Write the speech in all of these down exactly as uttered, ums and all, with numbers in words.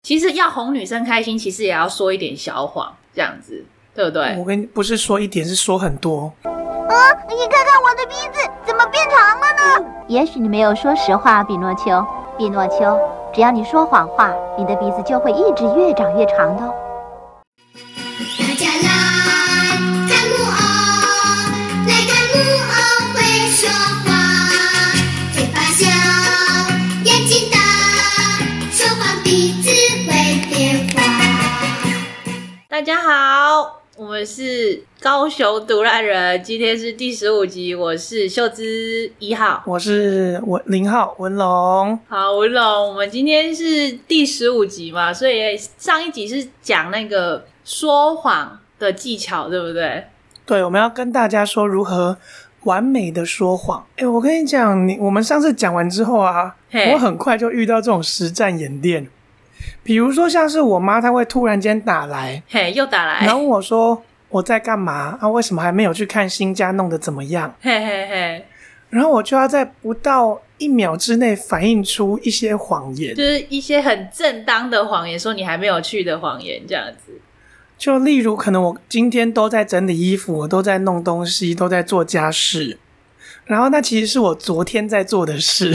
其实要哄女生开心，其实也要说一点小谎，这样子，对不对？ 我跟你不是说一点，是说很多。 啊，你看看我的鼻子怎么变长了呢？ 也许你没有说实话，比诺丘。比诺丘，只要你说谎话，你的鼻子就会一直越长越长的哦。 大家来看木偶，来看木偶会说话，嘴巴小，眼睛大，说谎鼻子会变化。 大家好，我们是高雄独来人，今天是第十五集，我是秀芝一号， 我是文零号文龙。 好，文龙，我们今天是第十五集嘛，所以上一集是讲那个说谎的技巧，对不对？ 对，我们要跟大家说如何完美的说谎。诶，我跟你讲，你我们上次讲完之后啊，我很快就遇到这种实战演练。比如说像是我妈，她会突然间打来， 嘿，又打来， 然后问我说我在干嘛啊？为什么还没有去看新家弄得怎么样？ 嘿嘿嘿， 然后我就要在不到一秒之内反映出一些谎言， 就是一些很正当的谎言，说你还没有去的谎言，这样子。 就例如可能我今天都在整理衣服，我都在弄东西，都在做家事，然后那其实是我昨天在做的事。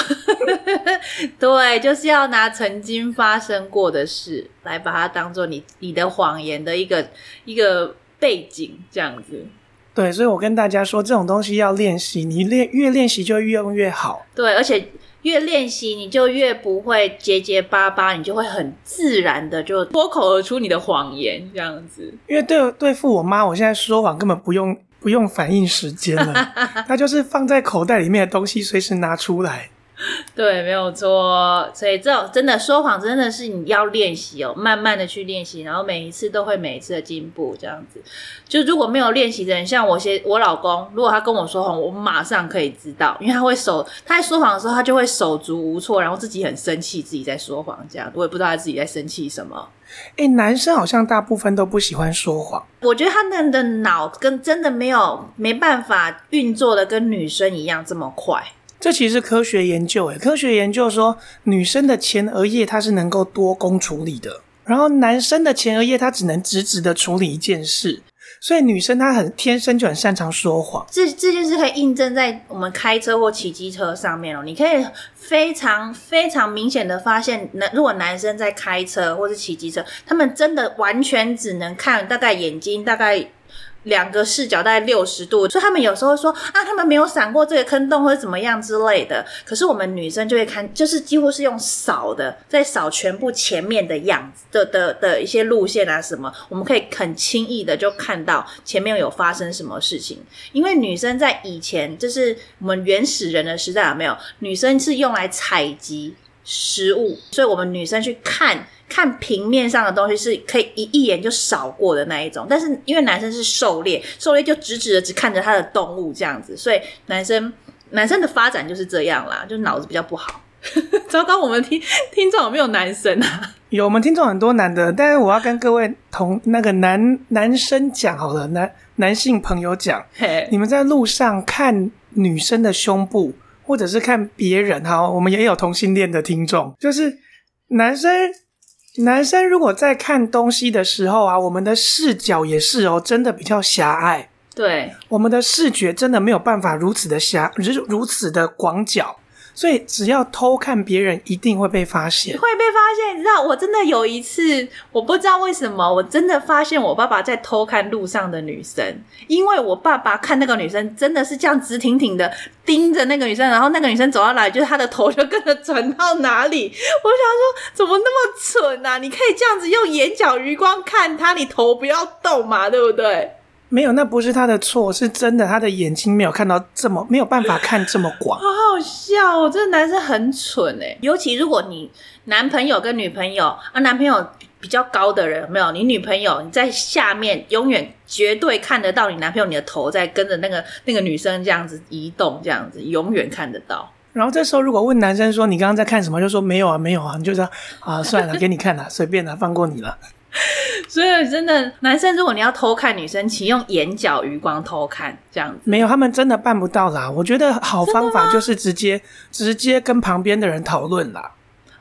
对，就是要拿曾经发生过的事来把它当做你你的谎言的一个一个背景，这样子。 对，所以我跟大家说，这种东西要练习，你练越练习就越用越好。 对，而且越练习你就越不会结结巴巴，你就会很自然的就脱口而出你的谎言，这样子。 因为对对付我妈，我现在说谎根本不用不用反应时间了，它就是放在口袋里面的东西随时拿出来。 对，没有错。所以这种真的说谎真的是你要练习哦，慢慢的去练习，然后每一次都会每一次的进步，这样子。就如果没有练习的人，像我些我老公，如果他跟我说谎，我马上可以知道，因为他会手他在说谎的时候，他就会手足无措，然后自己很生气，自己在说谎，这样我也不知道他自己在生气什么。 诶，男生好像大部分都不喜欢说谎。 我觉得他们的脑跟真的没有没办法运作的跟女生一样这么快。 这其实是科学研究诶，科学研究说女生的前额叶它是能够多工处理的，然后男生的前额叶它只能直直的处理一件事，所以女生她很天生就很擅长说谎。 这这件事可以印证在我们开车或骑机车上面哦，你可以非常非常明显的发现，如果男生在开车或是骑机车，他们真的完全只能看大概眼睛大概两个视角大概六十度，所以他们有时候会说啊，他们没有闪过这个坑洞或者怎么样之类的。可是我们女生就会看，就是几乎是用扫的，在扫全部前面的样子的的的一些路线啊什么，我们可以很轻易的就看到前面有发生什么事情。因为女生在以前，就是我们原始人的时代，有没有？女生是用来采集食物，所以我们女生去看。看平面上的东西是可以一一眼就扫过的那一种，但是因为男生是狩猎，狩猎就直直的只看着他的动物这样子，所以男生男生的发展就是这样啦，就脑子比较不好。糟糕，我们听听众有没有男生啊？ 有，我们听众很多男的，但是我要跟各位同那个男男生讲好了，男男性朋友讲，你们在路上看女生的胸部，或者是看别人，好，我们也有同性恋的听众，就是男生。男生如果在看东西的时候啊，我们的视角也是哦，真的比较狭隘。 对， 我们的视觉真的没有办法如此的狭，如此的广角，所以只要偷看别人，一定会被发现。 会被发现，你知道，我真的有一次，我不知道为什么，我真的发现我爸爸在偷看路上的女生，因为我爸爸看那个女生真的是这样直挺挺的盯着那个女生，然后那个女生走到哪里，就是他的头就跟着转到哪里。我想说，怎么那么蠢啊？你可以这样子用眼角余光看他，你头不要动嘛，对不对？ 没有，那不是他的错，是真的他的眼睛没有看到这么，没有办法看这么广。 好好笑哦，这个男生很蠢耶。尤其如果你男朋友跟女朋友啊，男朋友比较高的人有没有？你女朋友你在下面永远绝对看得到你男朋友你的头在跟着那个那个女生这样子移动，这样子永远看得到。 然后这时候如果问男生说你刚刚在看什么，就说没有啊没有啊，你就说啊算了给你看了，随便了，放过你了。 所以真的男生如果你要偷看女生，请用眼角余光偷看，这样子。 没有，他们真的办不到啦。我觉得好方法就是直接直接跟旁边的人讨论啦。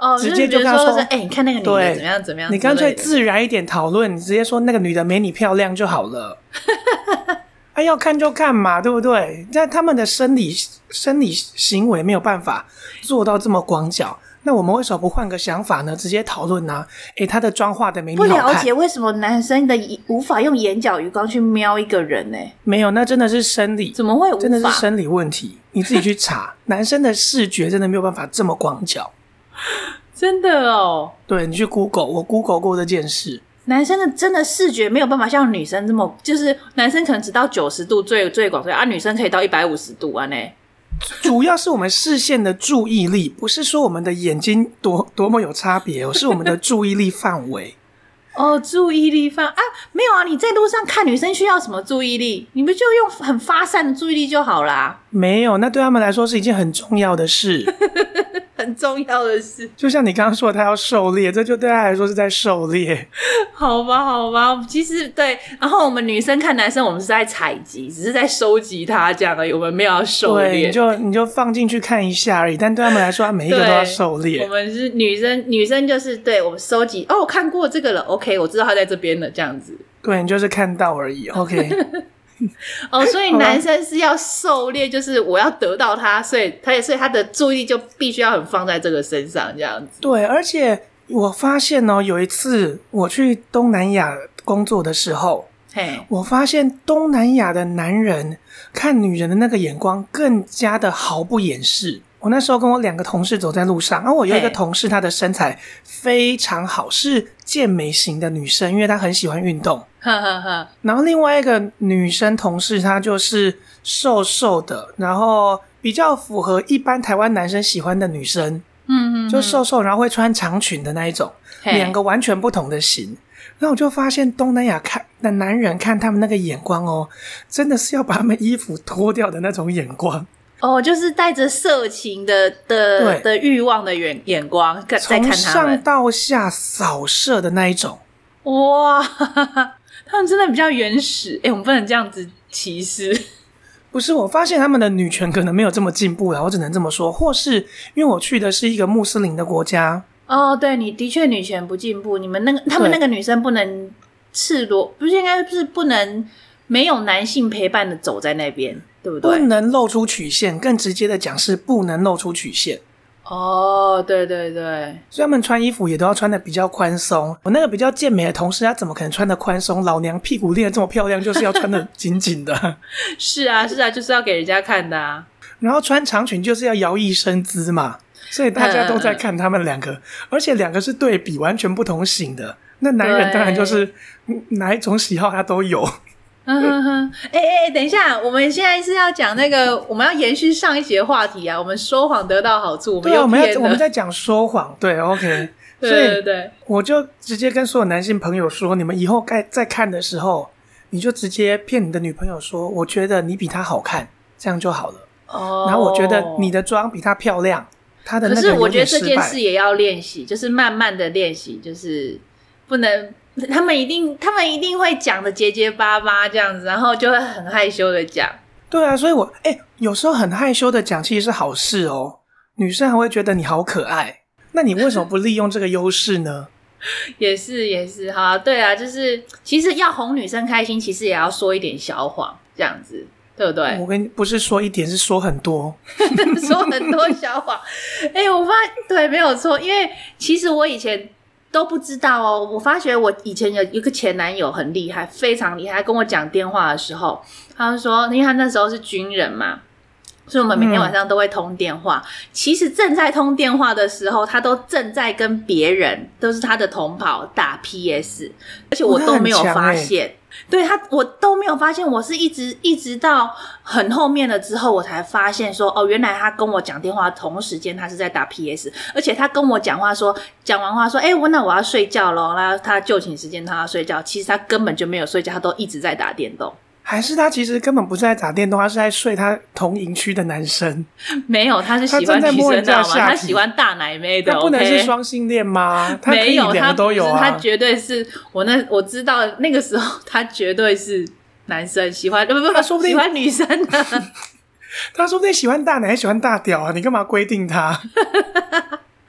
哦， 直接就跟他说， 哎、欸，你看那个女的怎么样怎么样， 你干脆自然一点讨论，你直接说那个女的没你漂亮就好了。啊，要看就看嘛，对不对？在他们的生理生理行为没有办法做到这么广角，那我们为什么不换个想法呢？直接讨论啊！诶，他的妆化的没你好看。 不了解为什么男生的无法用眼角余光去瞄一个人呢、欸？ 没有，那真的是生理， 怎么会无法？ 真的是生理问题，你自己去查。男生的视觉真的没有办法这么广角， 真的哦。 对，你去 Google， 我 Google 过这件事。 男生的真的视觉没有办法像女生这么，就是男生可能只到九十度最最广，啊，女生可以到一百五十度啊呢。 主要是我们视线的注意力，不是说我们的眼睛多多么有差别哦，是我们的注意力范围。 哦，注意力范啊，没有啊！你在路上看女生需要什么注意力？你不就用很发散的注意力就好啦？ 没有，那对他们来说是一件很重要的事。 很重要的事， 就像你刚刚说的他要狩猎，这就对他来说是在狩猎。 好吧好吧，其实对，然后我们女生看男生，我们是在采集，只是在收集他这样而已，我们没有要狩猎。 对，你就你就放进去看一下而已，但对他们来说每一个都要狩猎。 我们是女生，女生就是对我们收集，哦我看过这个了 OK， 我知道他在这边了这样子。 对，你就是看到而已 OK。 哦，所以男生是要狩猎，就是我要得到他，所以他也所以他的注意力就必须要很放在这个身上，这样子。 对，而且我发现哦，有一次我去东南亚工作的时候， 嘿， 我发现东南亚的男人看女人的那个眼光更加的毫不掩饰。我那时候跟我两个同事走在路上，然后我有一个同事，她的身材非常好，是健美型的女生，因为她很喜欢运动。 哈哈哈。 然后另外一个女生同事，她就是瘦瘦的，然后比较符合一般台湾男生喜欢的女生，嗯嗯，就瘦瘦，然后会穿长裙的那一种，两个完全不同的型。然后我就发现东南亚看的男人看他们那个眼光哦，真的是要把他们衣服脱掉的那种眼光。 哦，就是带着色情的的的欲望的眼眼光在看他们，从上到下扫射的那一种。 哇，他们真的比较原始。诶，我们不能这样子歧视。 不是，我发现他们的女权可能没有这么进步啦，我只能这么说。或是因为我去的是一个穆斯林的国家。 哦，对，你的确女权不进步，你们那个他们那个女生不能赤裸，不是应该是不能没有男性陪伴的走在那边，对不对？ 不能露出曲线，更直接的讲是不能露出曲线。 哦，对对对， 所以他们穿衣服也都要穿的比较宽松。我那个比较健美的同事，他怎么可能穿的宽松？老娘屁股练得这么漂亮，就是要穿的紧紧的。 是啊是啊，就是要给人家看的啊。 然后穿长裙就是要摇曳身姿嘛，所以大家都在看他们两个，嗯、而且两个是对比完全不同型的。那男人当然就是哪一种喜好他都有。 嗯哼哼，哎哎，等一下，我们现在是要讲那个，我们要延续上一集的话题啊。我们说谎得到好处，我们又对，我们骗了。 要我们在讲说谎，对 ，OK。 对对对， 我就直接跟所有男性朋友说，你们以后该在看的时候，你就直接骗你的女朋友说，我觉得你比她好看，这样就好了。 哦， 然后我觉得你的妆比她漂亮，她的那个可是我觉得有点失败。 这件事也要练习，就是慢慢的练习，就是不能。他们一定，他们一定会讲的结结巴巴这样子，然后就会很害羞的讲。 对啊，所以我哎、欸，有时候很害羞的讲，其实是好事哦。女生还会觉得你好可爱，那你为什么不利用这个优势呢？ 也是也是，好啊，对啊，就是其实要哄女生开心，其实也要说一点小谎，这样子，对不对？ 我跟你不是说一点，是说很多， 说很多小谎。哎、欸，我发对没有错，因为其实我以前。都不知道哦，我发觉我以前有一个前男友很厉害，非常厉害。跟我讲电话的时候，他就说，因为他那时候是军人嘛，所以我们每天晚上都会通电话。嗯、其实正在通电话的时候，他都正在跟别人，都是他的同袍打 P S， 而且我都没有发现。欸、对他，我都没有发现，我是一直一直到很后面了之后，我才发现说，哦，原来他跟我讲电话同时间，他是在打 P S， 而且他跟我讲话说，讲完话说，哎、欸，我那我要睡觉咯，那他就寝时间他要睡觉，其实他根本就没有睡觉，他都一直在打电动。 还是他其实根本不是在打电动，他是在睡他同营区的男生。 没有，他是喜欢女生的嘛，他喜欢大奶妹的。 他不能是双性恋吗？他可以两个都有啊。 他绝对是我那我知道那个时候他绝对是男生喜欢，不不不，说不定喜欢女生的。 他说不定喜欢大奶，还喜欢大屌啊！你干嘛规定他？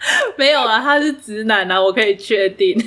没有啊，他是直男啊，我可以确定。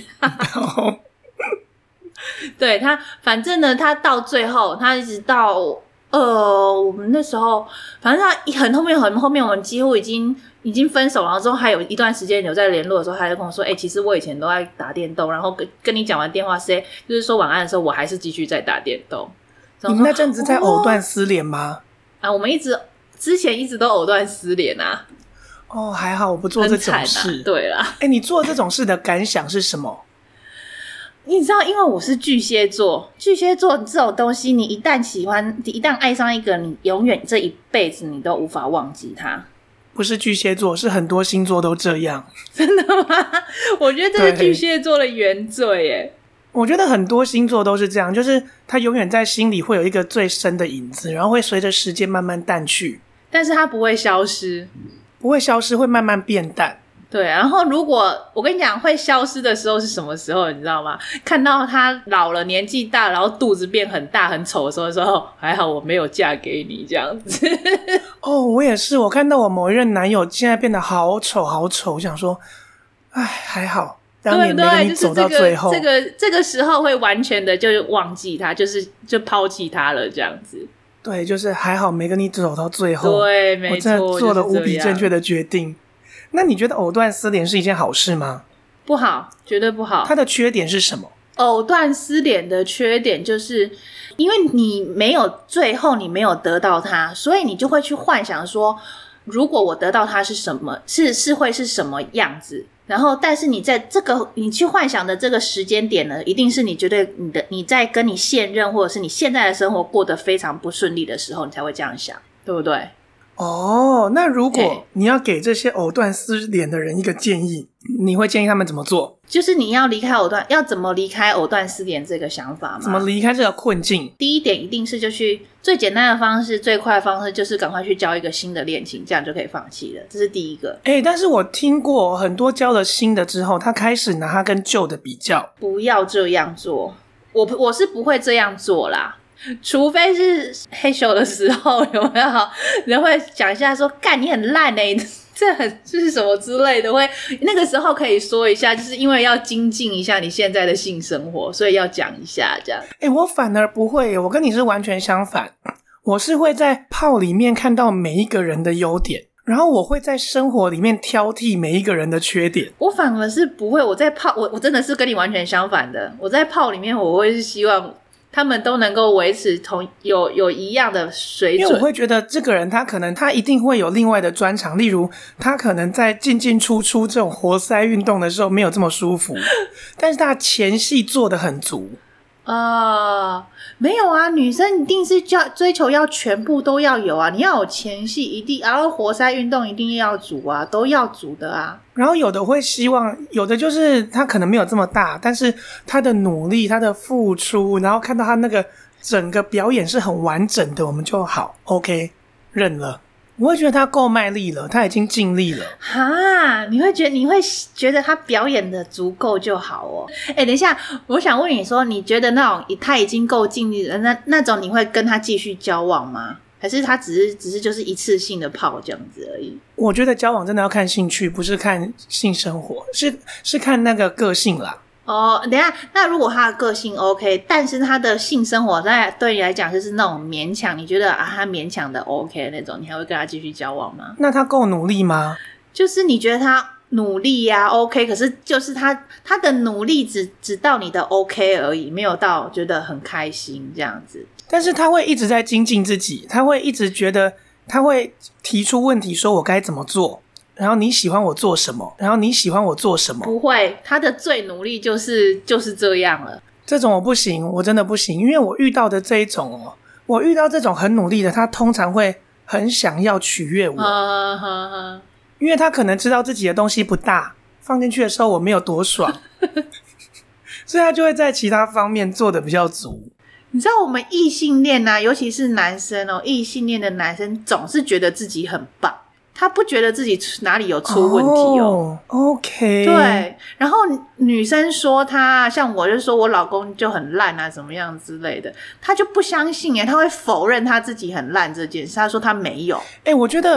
对他，反正呢，他到最后，他一直到呃，我们那时候，反正他很后面很后面，我们几乎已经已经分手了，然后之后还有一段时间有在联络的时候，他就跟我说：“哎、欸，其实我以前都在打电动，然后跟跟你讲完电话 say 就是说晚安的时候，我还是继续在打电动。” 你们那阵子在藕断丝连吗？ 啊，我们一直之前一直都藕断丝连啊。 哦，还好我不做这种事。 啊、对啦， 哎、欸，你做这种事的感想是什么？ 你知道，因为我是巨蟹座，巨蟹座这种东西，你一旦喜欢，一旦爱上一个，你永远这一辈子你都无法忘记他。 不是巨蟹座，是很多星座都这样。 真的吗？我觉得这是巨蟹座的原罪耶。 我觉得很多星座都是这样，就是他永远在心里会有一个最深的影子，然后会随着时间慢慢淡去， 但是他不会消失， 不会消失，会慢慢变淡。 对，然后如果我跟你讲会消失的时候是什么时候你知道吗？看到他老了年纪大然后肚子变很大很丑的时候说哦还好我没有嫁给你这样子。 哦，我也是，我看到我某一任男友现在变得好丑好丑，我想说哎还好当年没跟你走到最后， 对对，就是这个这个这个时候会完全的就忘记他，就是就抛弃他了这样子。 对，就是还好没跟你走到最后。 对，没错， 我真的做了无比正确的决定。那你觉得藕断丝连是一件好事吗？ 不好，绝对不好。 它的缺点是什么？ 藕断丝连的缺点就是因为你没有最后你没有得到它，所以你就会去幻想说如果我得到它是什么，是是会是什么样子，然后但是你在这个你去幻想的这个时间点呢，一定是你觉得你的你在跟你现任或者是你现在的生活过得非常不顺利的时候你才会这样想，对不对？ 哦，那如果你要给这些藕断丝连的人一个建议，你会建议他们怎么做？ 就是你要离开藕断，要怎么离开藕断丝连这个想法吗？ 怎么离开这个困境？ 第一点一定是就去最简单的方式，最快的方式就是赶快去交一个新的恋情，这样就可以放弃了，这是第一个。 欸，但是我听过很多交了新的之后，他开始拿他跟旧的比较。 不要这样做，我我是不会这样做啦。除非是嘿咻的时候，有没有人会讲一下说干你很烂欸，这很就是什么之类的，会那个时候可以说一下，就是因为要精进一下你现在的性生活，所以要讲一下这样。 欸，我反而不会，我跟你是完全相反，我是会在炮里面看到每一个人的优点，然后我会在生活里面挑剔每一个人的缺点。 我反而是不会，我在炮我我真的是跟你完全相反的，我在炮里面我会是希望他们都能够维持同有有一样的水准， 因为我会觉得这个人他可能他一定会有另外的专长，例如他可能在进进出出这种活塞运动的时候没有这么舒服，但是他前戏做得很足。 呃，没有啊，女生一定是要追求要全部都要有啊，你要有前戏一定，然后活塞运动一定要足啊，都要足的啊。 然后有的会希望，有的就是他可能没有这么大，但是他的努力他的付出，然后看到他那个整个表演是很完整的，我们就好 OK 认了。我会觉得他够卖力了，他已经尽力了。 哈，你会觉得你会觉得他表演的足够就好哦。哎，等一下，我想问你说，你觉得那种他已经够尽力了，那那种你会跟他继续交往吗？还是他只是只是就是一次性的泡这样子而已？我觉得交往真的要看兴趣，不是看性生活，是是看那个个性啦。 哦，等一下，那如果他的个性 OK， 但是他的性生活在对你来讲就是那种勉强，你觉得啊他勉强的 OK 那种，你还会跟他继续交往吗？ 那他够努力吗？ 就是你觉得他努力呀、啊、OK， 可是就是他他的努力只只到你的 OK 而已，没有到觉得很开心这样子。 但是他会一直在精进自己，他会一直觉得他会提出问题说我该怎么做，然后你喜欢我做什么，然后你喜欢我做什么。 不会，他的最努力就是就是这样了。 这种我不行，我真的不行，因为我遇到的这一种哦，我遇到这种很努力的，他通常会很想要取悦我， 呵呵呵， 因为他可能知道自己的东西不大，放进去的时候我没有多爽所以他就会在其他方面做得比较足。 你知道我们异性恋啊，尤其是男生哦，异性恋的男生总是觉得自己很棒，他不觉得自己哪里有出问题哦。 Oh, OK。 对，然后女生说他，像我就说我老公就很烂啊，怎么样之类的，他就不相信耶，他会否认他自己很烂这件事，他说他没有。 欸，我觉得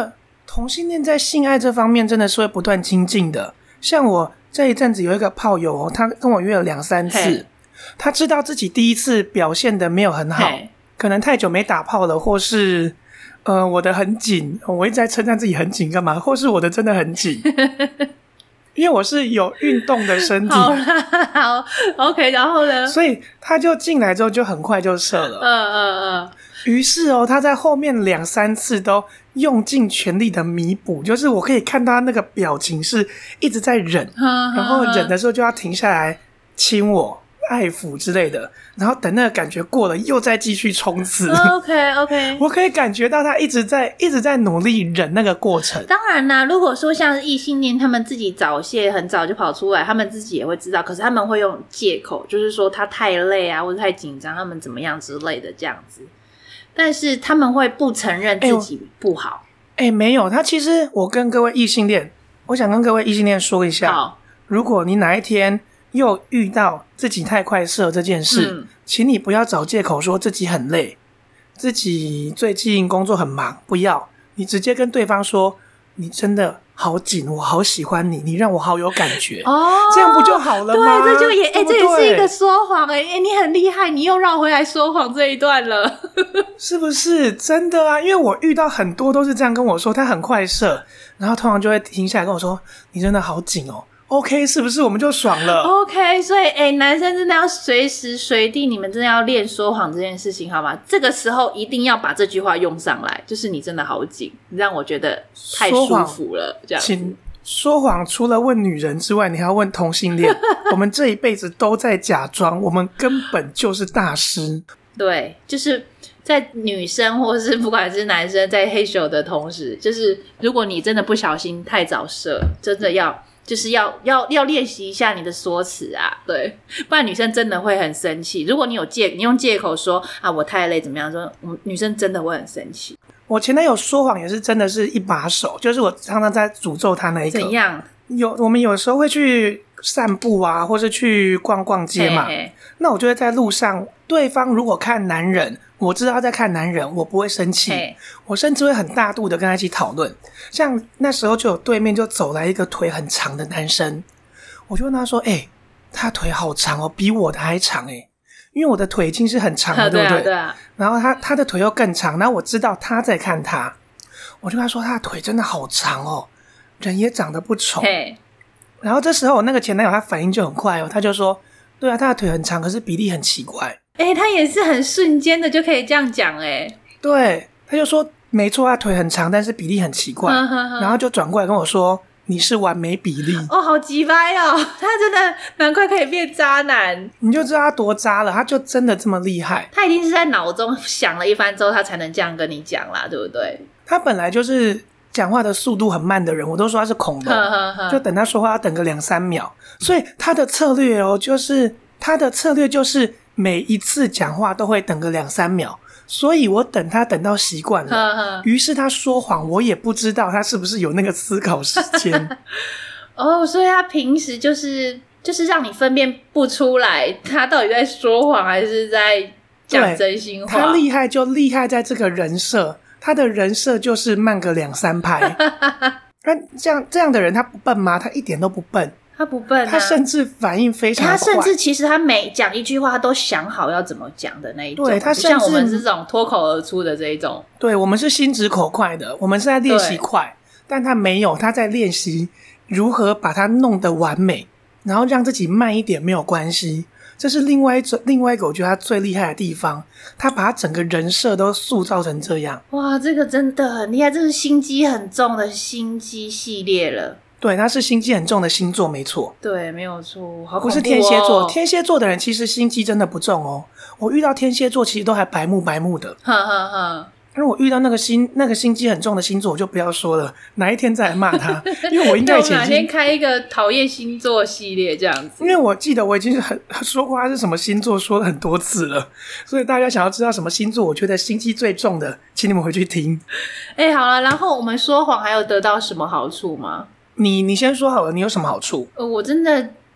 同性恋在性爱这方面真的是会不断精进的。像我这一阵子有一个炮友哦，他跟我约了两三次，他知道自己第一次表现的没有很好，可能太久没打炮了，或是呃我的很紧，我一直在称赞自己很紧干嘛，或是我的真的很紧因为我是有运动的身体。 好啦，好 OK， 然后呢， 所以他就进来之后就很快就射了。 嗯嗯嗯。 于是哦，他在后面两三次都用尽全力的弥补，就是我可以看到他那个表情是一直在忍，然后忍的时候就要停下来亲我、爱抚之类的，然后等那个感觉过了，又再继续冲刺。 OK OK， 我可以感觉到他一直在一直在努力忍那个过程。 当然啦，如果说像是异性恋，他们自己早泄很早就跑出来，他们自己也会知道，可是他们会用借口，就是说他太累啊，或者太紧张，他们怎么样之类的这样子。但是他们会不承认自己不好。 哎、欸，没有，他其实我跟各位异性恋，我想跟各位异性恋说一下， 好， 如果你哪一天又遇到自己太快射这件事、嗯、请你不要找借口说自己很累，自己最近工作很忙，不要，你直接跟对方说你真的好紧，我好喜欢你，你让我好有感觉哦，这样不就好了吗？ 对，这就也哎、欸，这也是一个说谎哎、 欸欸，你很厉害，你又绕回来说谎这一段了， 是不是真的啊？因为我遇到很多都是这样跟我说，他很快射，然后通常就会停下来跟我说，你真的好紧哦。OK， 是不是我们就爽了 ？OK， 所以哎、欸，男生真的要随时随地，你们真的要练说谎这件事情，好吗？这个时候一定要把这句话用上来，就是你真的好紧，你让我觉得太舒服了。这样， 请说谎除了问女人之外，你还要问同性恋。我们这一辈子都在假装，我们根本就是大师。 对，就是在女生或是不管是男生在嘿咻的同时，就是如果你真的不小心太早射，真的要。就是要要要练习一下你的说辞啊，对，不然女生真的会很生气。如果你有借你用借口说啊我太累怎么样，说女生真的会很生气。 我前男友说谎也是真的是一把手，就是我常常在诅咒他那一个。 怎样？ 有我们有时候会去散步啊，或是去逛逛街嘛。嘿嘿，那我就会在路上，对方如果看男人，我知道他在看男人，我不会生气，我甚至会很大度的跟他一起讨论。像那时候就有对面就走来一个腿很长的男生，我就问他说：“哎、欸，他腿好长哦，比我的还长哎、欸，因为我的腿已经是很长了，对不对？” 对啊。 然后他他的腿又更长，然后我知道他在看他，我就跟他说：“他的腿真的好长哦，人也长得不丑。”然后这时候我那个前男友他反应就很快哦，他就说：“对啊，他的腿很长，可是比例很奇怪。” 哎、欸，他也是很瞬间的就可以这样讲哎、欸。 对，他就说没错，他腿很长，但是比例很奇怪，呵呵呵，然后就转过来跟我说：“你是完美比例。” 哦，好鸡掰哦！他真的难怪可以变渣男， 你就知道他多渣了，他就真的这么厉害。 他一定是在脑中想了一番之后，他才能这样跟你讲啦，对不对？ 他本来就是讲话的速度很慢的人，我都说他是恐龙，就等他说话要等个两三秒，所以他的策略哦，就是他的策略就是每一次讲话都会等个两三秒，所以我等他等到习惯了，于是他说谎，我也不知道他是不是有那个思考时间。 哦，所以他平时就是就是让你分辨不出来他到底在说谎还是在讲真心话。 他厉害就厉害在这个人设，他的人设就是慢个两三拍。那这样这样的人他不笨吗？他一点都不笨。 他不笨、啊、 他甚至反应非常快， 他甚至其实他每讲一句话他都想好要怎么讲的那一种。 对，他甚至像我们是这种脱口而出的这一种。 对，我们是心直口快的，我们是在练习快，但他没有，他在练习如何把它弄得完美，然后让自己慢一点没有关系。这是另外一种另外一个我觉得他最厉害的地方，他把他整个人设都塑造成这样。 哇，这个真的很厉害，这是心机很重的心机系列了。 对，他是心机很重的星座，没错。 对，没有错，好恐怖哦。 不是天蝎座，天蝎座的人其实心机真的不重哦。我遇到天蝎座其实都还白目白目的。 哈哈哈。 但是我遇到那个心那个心机很重的星座，我就不要说了，哪一天再来骂他。因为我应该以前已经哪天开一个讨厌星座系列这样子。 因为我记得我已经很说过他是什么星座，说了很多次了，所以大家想要知道什么星座，我觉得心机最重的，请你们回去听。 哎、欸，好了，然后我们说谎还有得到什么好处吗？ 你你先说好了，你有什么好处？ 呃，我真的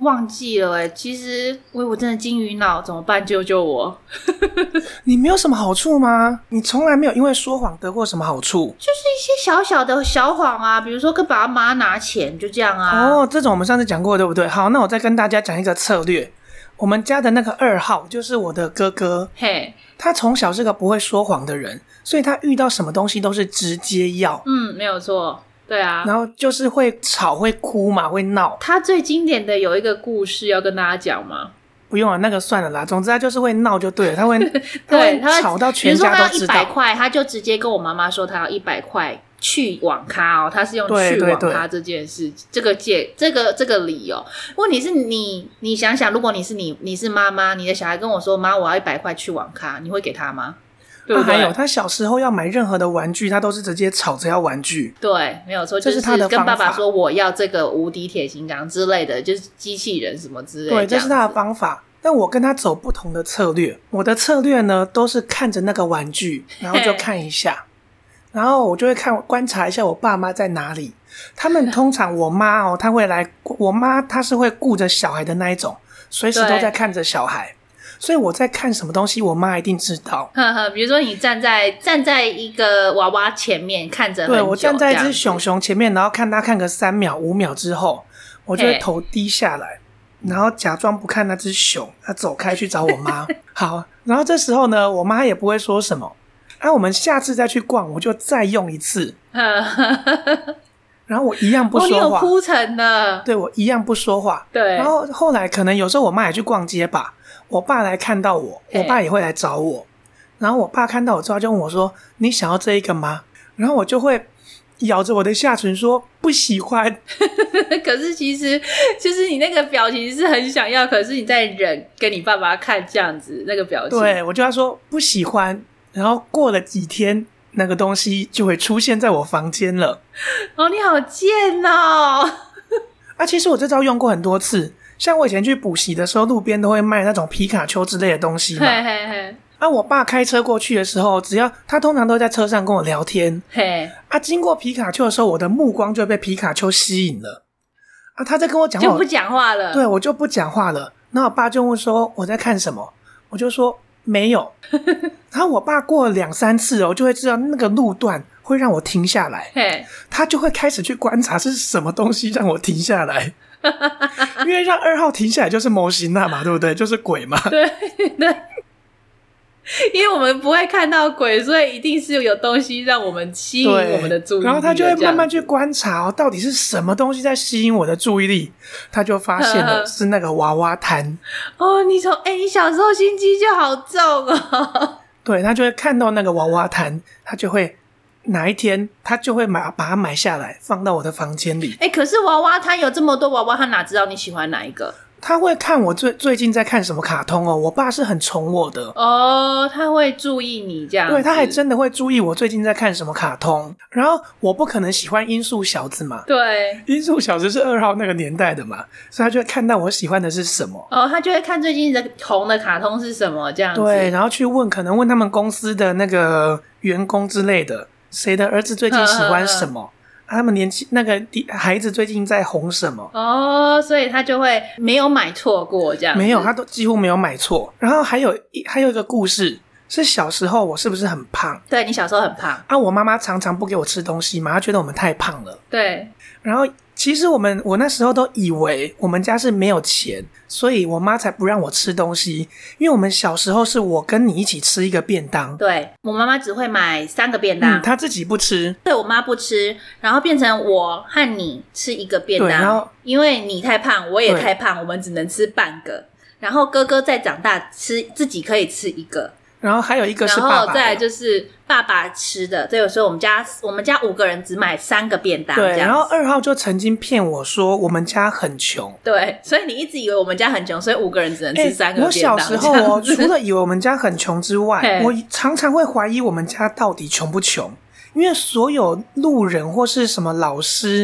忘记了哎，其实我我真的金鱼脑，怎么办？救救我！ 你没有什么好处吗？你从来没有因为说谎得过什么好处？ 就是一些小小的小谎啊，比如说跟爸妈拿钱，就这样啊。 哦，这种我们上次讲过，对不对？好，那我再跟大家讲一个策略。我们家的那个二号就是我的哥哥， 嘿， 他从小是个不会说谎的人，所以他遇到什么东西都是直接要。 嗯，没有错。对啊， 然后就是会吵会哭嘛，会闹。 他最经典的有一个故事要跟大家讲吗？ 不用啊，那个算了啦。总之他就是会闹就对了，他会对他会吵到全家都知道。 比如说他要一百块，他就直接跟我妈妈说他要一百块去网咖哦，他是用去网咖这件事，这个借这个这个理由。问题是你你想想，如果你是你你是妈妈，你的小孩跟我说妈我要一百块去网咖，你会给他吗？对不对？ 啊、还有他小时候要买任何的玩具，他都是直接吵着要玩具。 对，没有错， 这是他的方法。 跟爸爸说我要这个无敌铁金刚之类的，就是机器人什么之类的。 对，这是他的方法。但我跟他走不同的策略。我的策略呢，都是看着那个玩具，然后就看一下，然后我就会看观察一下我爸妈在哪里。他们通常我妈哦，她会来，我妈她是会顾着小孩的那一种，随时都在看着小孩。所以我在看什么东西，我妈一定知道。 呵呵，比如说你站在站在一个娃娃前面看着很久， 对，我站在一只熊熊前面，然后看它看个三秒五秒之后，我就会头低下来，然后假装不看那只熊，他走开去找我妈。好，然后这时候呢，我妈也不会说什么。啊，我们下次再去逛，我就再用一次。然后我一样不说话。哦， 你有铺陈的。 对，我一样不说话。 对。 然后后来可能有时候我妈也去逛街吧。我爸来看到我，我爸也会来找我，然后我爸看到我之后就问我说：“你想要这一个吗？”然后我就会咬着我的下唇说：“不喜欢。” 可是其实，就是你那个表情是很想要，可是你在忍跟你爸爸看这样子那个表情。 对，我就要说不喜欢，然后过了几天，那个东西就会出现在我房间了。 哦，你好贱哦！ 啊，其实我这招用过很多次。像我以前去补习的时候，路边都会卖那种皮卡丘之类的东西嘛。 嘿嘿嘿。 啊，我爸开车过去的时候，只要他通常都在车上跟我聊天。 嘿。 啊，经过皮卡丘的时候，我的目光就被皮卡丘吸引了。啊，他在跟我讲话， 就不讲话了。 对，我就不讲话了。然后我爸就问说我在看什么，我就说没有。然后我爸过了两三次哦，就会知道那个路段会让我停下来。 嘿。他就会开始去观察是什么东西让我停下来。因为让二号停下来就是魔神仔嘛，对不对？就是鬼嘛。 对对，因为我们不会看到鬼，所以一定是有东西让我们吸引我们的注意力。 然后他就会慢慢去观察哦，到底是什么东西在吸引我的注意力。他就发现了是那个娃娃摊。 哦，你从哎、欸，你小时候心机就好重哦。 对，他就会看到那个娃娃摊，他就会。哪一天他就会买把它买下来放到我的房间里。 哎、欸，可是娃娃他有这么多娃娃，他哪知道你喜欢哪一个？ 他会看我最最近在看什么卡通哦。我爸是很宠我的哦，他会注意你这样子。 对，他还真的会注意我最近在看什么卡通。然后我不可能喜欢音速小子嘛， 对， 音速小子是二号那个年代的嘛，所以他就会看到我喜欢的是什么。 哦，他就会看最近的红的卡通是什么这样子。 对，然后去问，可能问他们公司的那个员工之类的。谁的儿子最近喜欢什么？啊、他们年轻那个孩子最近在红什么？ 哦，所以他就会没有买错过这样子。 没有，他都几乎没有买错。然后还有一还有一个故事是小时候我是不是很胖？ 对，你小时候很胖啊，我妈妈常常不给我吃东西嘛，她觉得我们太胖了。 对， 然后其实我们我那时候都以为我们家是没有钱，所以我妈才不让我吃东西。因为我们小时候是我跟你一起吃一个便当， 对，我妈妈只会买三个便当， 嗯，她自己不吃， 对，我妈不吃，然后变成我和你吃一个便当。 对，然后因为你太胖，我也太胖，我们只能吃半个。然后哥哥再长大吃自己可以吃一个。 然后还有一个是爸爸的， 然后再来就是爸爸吃的，对，所以我们家我们家五个人只买三个便当， 对。然后二号就曾经骗我说我们家很穷， 对，所以你一直以为我们家很穷，所以五个人只能吃三个便当。 我小时候哦，除了以为我们家很穷之外，我常常会怀疑我们家到底穷不穷，因为所有路人或是什么老师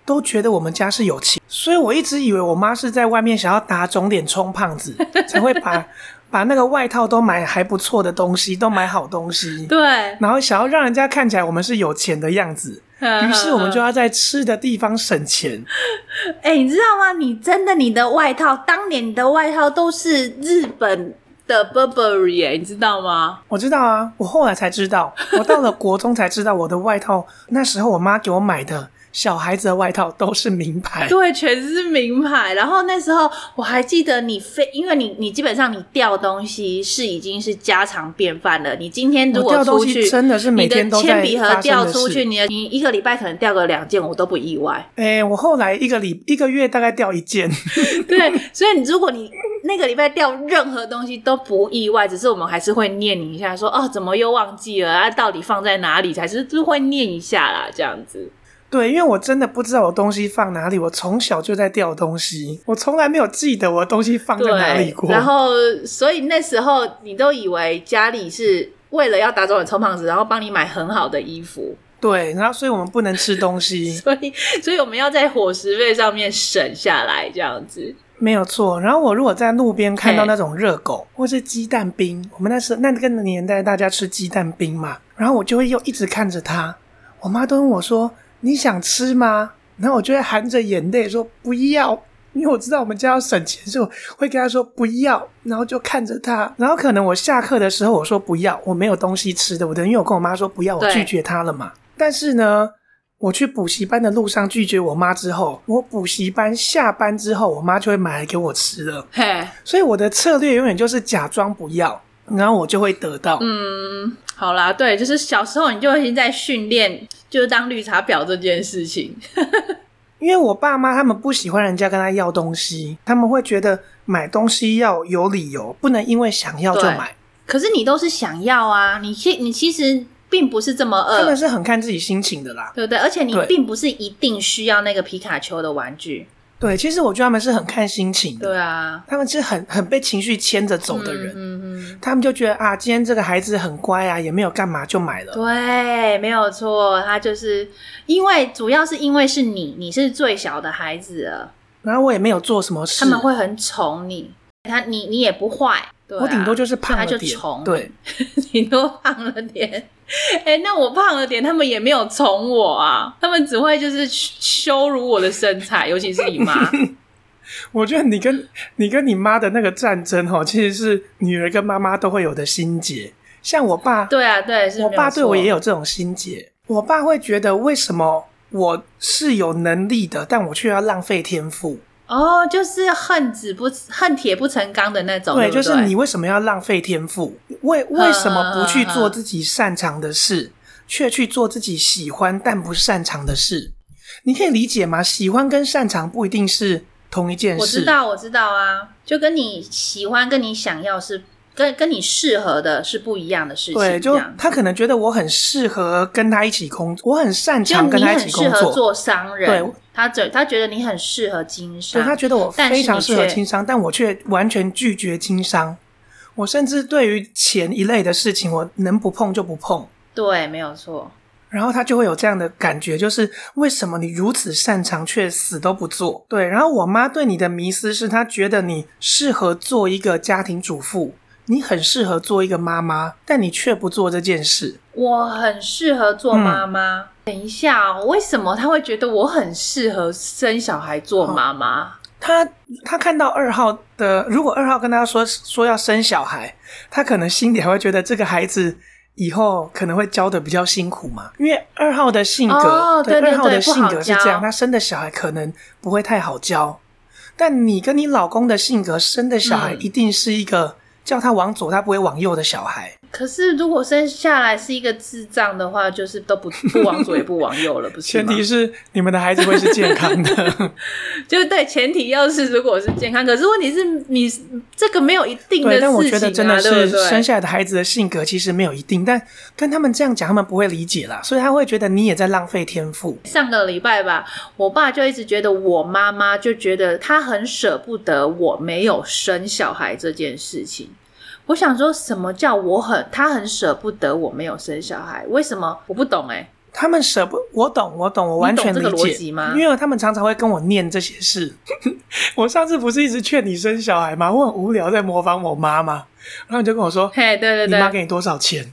都觉得我们家是有钱，所以我一直以为我妈是在外面想要打肿脸充胖子，才会把把那个外套都买还不错的东西，都买好东西， 对， 然后想要让人家看起来我们是有钱的样子，于是我们就要在吃的地方省钱。 哎、欸，你知道吗？你真的你的外套，当年你的外套都是日本的 Burberry 耶，你知道吗？ 我知道啊，我后来才知道，我到了国中才知道我的外套，那时候我妈给我买的小孩子的外套都是名牌， 对，全是名牌。然后那时候我还记得你非，因为你你基本上你掉东西是已经是家常便饭了。你今天如果出去， 真的是每天都在发生的事。 你的铅笔盒掉出去，你的你一个礼拜可能掉个两件，我都不意外。 哎，我后来一个礼一个月大概掉一件。 对，所以如果你那个礼拜掉任何东西都不意外，只是我们还是会念你一下说，哦，怎么又忘记了啊？到底放在哪里？才是就会念一下啦，这样子。 对，因为我真的不知道我东西放哪里，我从小就在掉东西，我从来没有记得我的东西放在哪里过。 然后，所以那时候你都以为家里是为了要打肿脸充胖子，然后帮你买很好的衣服。 对，然后所以我们不能吃东西， 所以所以我们要在伙食费上面省下来，这样子。 没有错。然后我如果在路边看到那种热狗或是鸡蛋冰，我们那时候那个年代大家吃鸡蛋冰嘛，然后我就会又一直看着它，我妈都问我说，你想吃吗？然后我就会含着眼泪说不要，因为我知道我们家要省钱，所以我会跟他说不要，然后就看着他。然后可能我下课的时候我说不要，我没有东西吃的，我的因为我跟我妈说不要，我拒绝他了嘛。但是呢，我去补习班的路上拒绝我妈之后，我补习班下班之后，我妈就会买来给我吃了。 嘿， 所以我的策略永远就是假装不要，然后我就会得到。 嗯，好啦，对，就是小时候你就已经在训练，就是当绿茶婊这件事情。 因为我爸妈他们不喜欢人家跟他要东西，他们会觉得买东西要有理由，不能因为想要就买。 可是你都是想要啊，你其你其实并不是这么饿， 他们是很看自己心情的啦， 对不对？而且你并不是一定需要那个皮卡丘的玩具。 对，其实我觉得他们是很看心情的。 对啊， 他们是很很被情绪牵着走的人。 嗯嗯嗯， 他们就觉得啊，今天这个孩子很乖啊，也没有干嘛就买了。 对，没有错，他就是因为主要是因为是你，你是最小的孩子了， 然后我也没有做什么事， 他们会很宠你，他你你也不坏。对啊， 我顶多就是胖了点， 他就宠， 对， 顶多胖了点。哎、欸，那我胖了点，他们也没有宠我啊，他们只会就是羞辱我的身材，尤其是你妈。 我觉得你跟你跟你妈的那个战争齁，其实是女儿跟妈妈都会有的心结。像我爸， 对啊，对，是我爸对我也有这种心结。我爸会觉得，为什么我是有能力的，但我却要浪费天赋？ 哦，就是恨子不恨铁不成钢的那种。对， 对，就是你为什么要浪费天赋？为为什么不去做自己擅长的事，却去做自己喜欢但不擅长的事？你可以理解吗？喜欢跟擅长不一定是同一件事。 我知道，我知道啊，就跟你喜欢跟你想要是跟跟你适合的是不一样的事情。 对，就他可能觉得我很适合跟他一起工作，我很擅长跟他一起工作。 就你很适合做商人， 对， 他觉他觉得你很适合经商， 对，他觉得我非常适合经商，但我却完全拒绝经商。我甚至对于钱一类的事情，我能不碰就不碰。 对，没有错。 然后他就会有这样的感觉，就是为什么你如此擅长却死都不做？对，然后我妈对你的迷思是她觉得你适合做一个家庭主妇，你很适合做一个妈妈，但你却不做这件事。 我很适合做妈妈、嗯、等一下、哦、为什么他会觉得我很适合生小孩做妈妈、哦、 他他看到二号的，如果二号跟他说说要生小孩，他可能心里还会觉得这个孩子以后可能会教的比较辛苦嘛，因为二号的性格、 哦、对对对， 二号的性格是这样，他生的小孩可能不会太好教，但你跟你老公的性格生的小孩一定是一个叫他往左他不会往右的小孩。 可是如果生下来是一个智障的话，就是都不不往左也不往右了，不是吗？ 前提是你们的孩子会是健康的。 就对，前提要是如果是健康，可是问题是你这个没有一定的事情、啊、 对，但我觉得真的是对对生下来的孩子的性格其实没有一定，但跟他们这样讲他们不会理解啦，所以他会觉得你也在浪费天赋。 上个礼拜吧，我爸就一直觉得我妈妈就觉得他很舍不得我没有生小孩这件事情。我想说什么叫我很他很舍不得我没有生小孩，为什么我不懂欸？ 他们舍不，我懂，我懂，我完全理解。 你懂这个逻辑吗？ 因为他们常常会跟我念这些事。我上次不是一直劝你生小孩吗？我很无聊，在模仿我妈妈，然后你就跟我说：“ 嘿，对对对， 你妈给你多少钱？”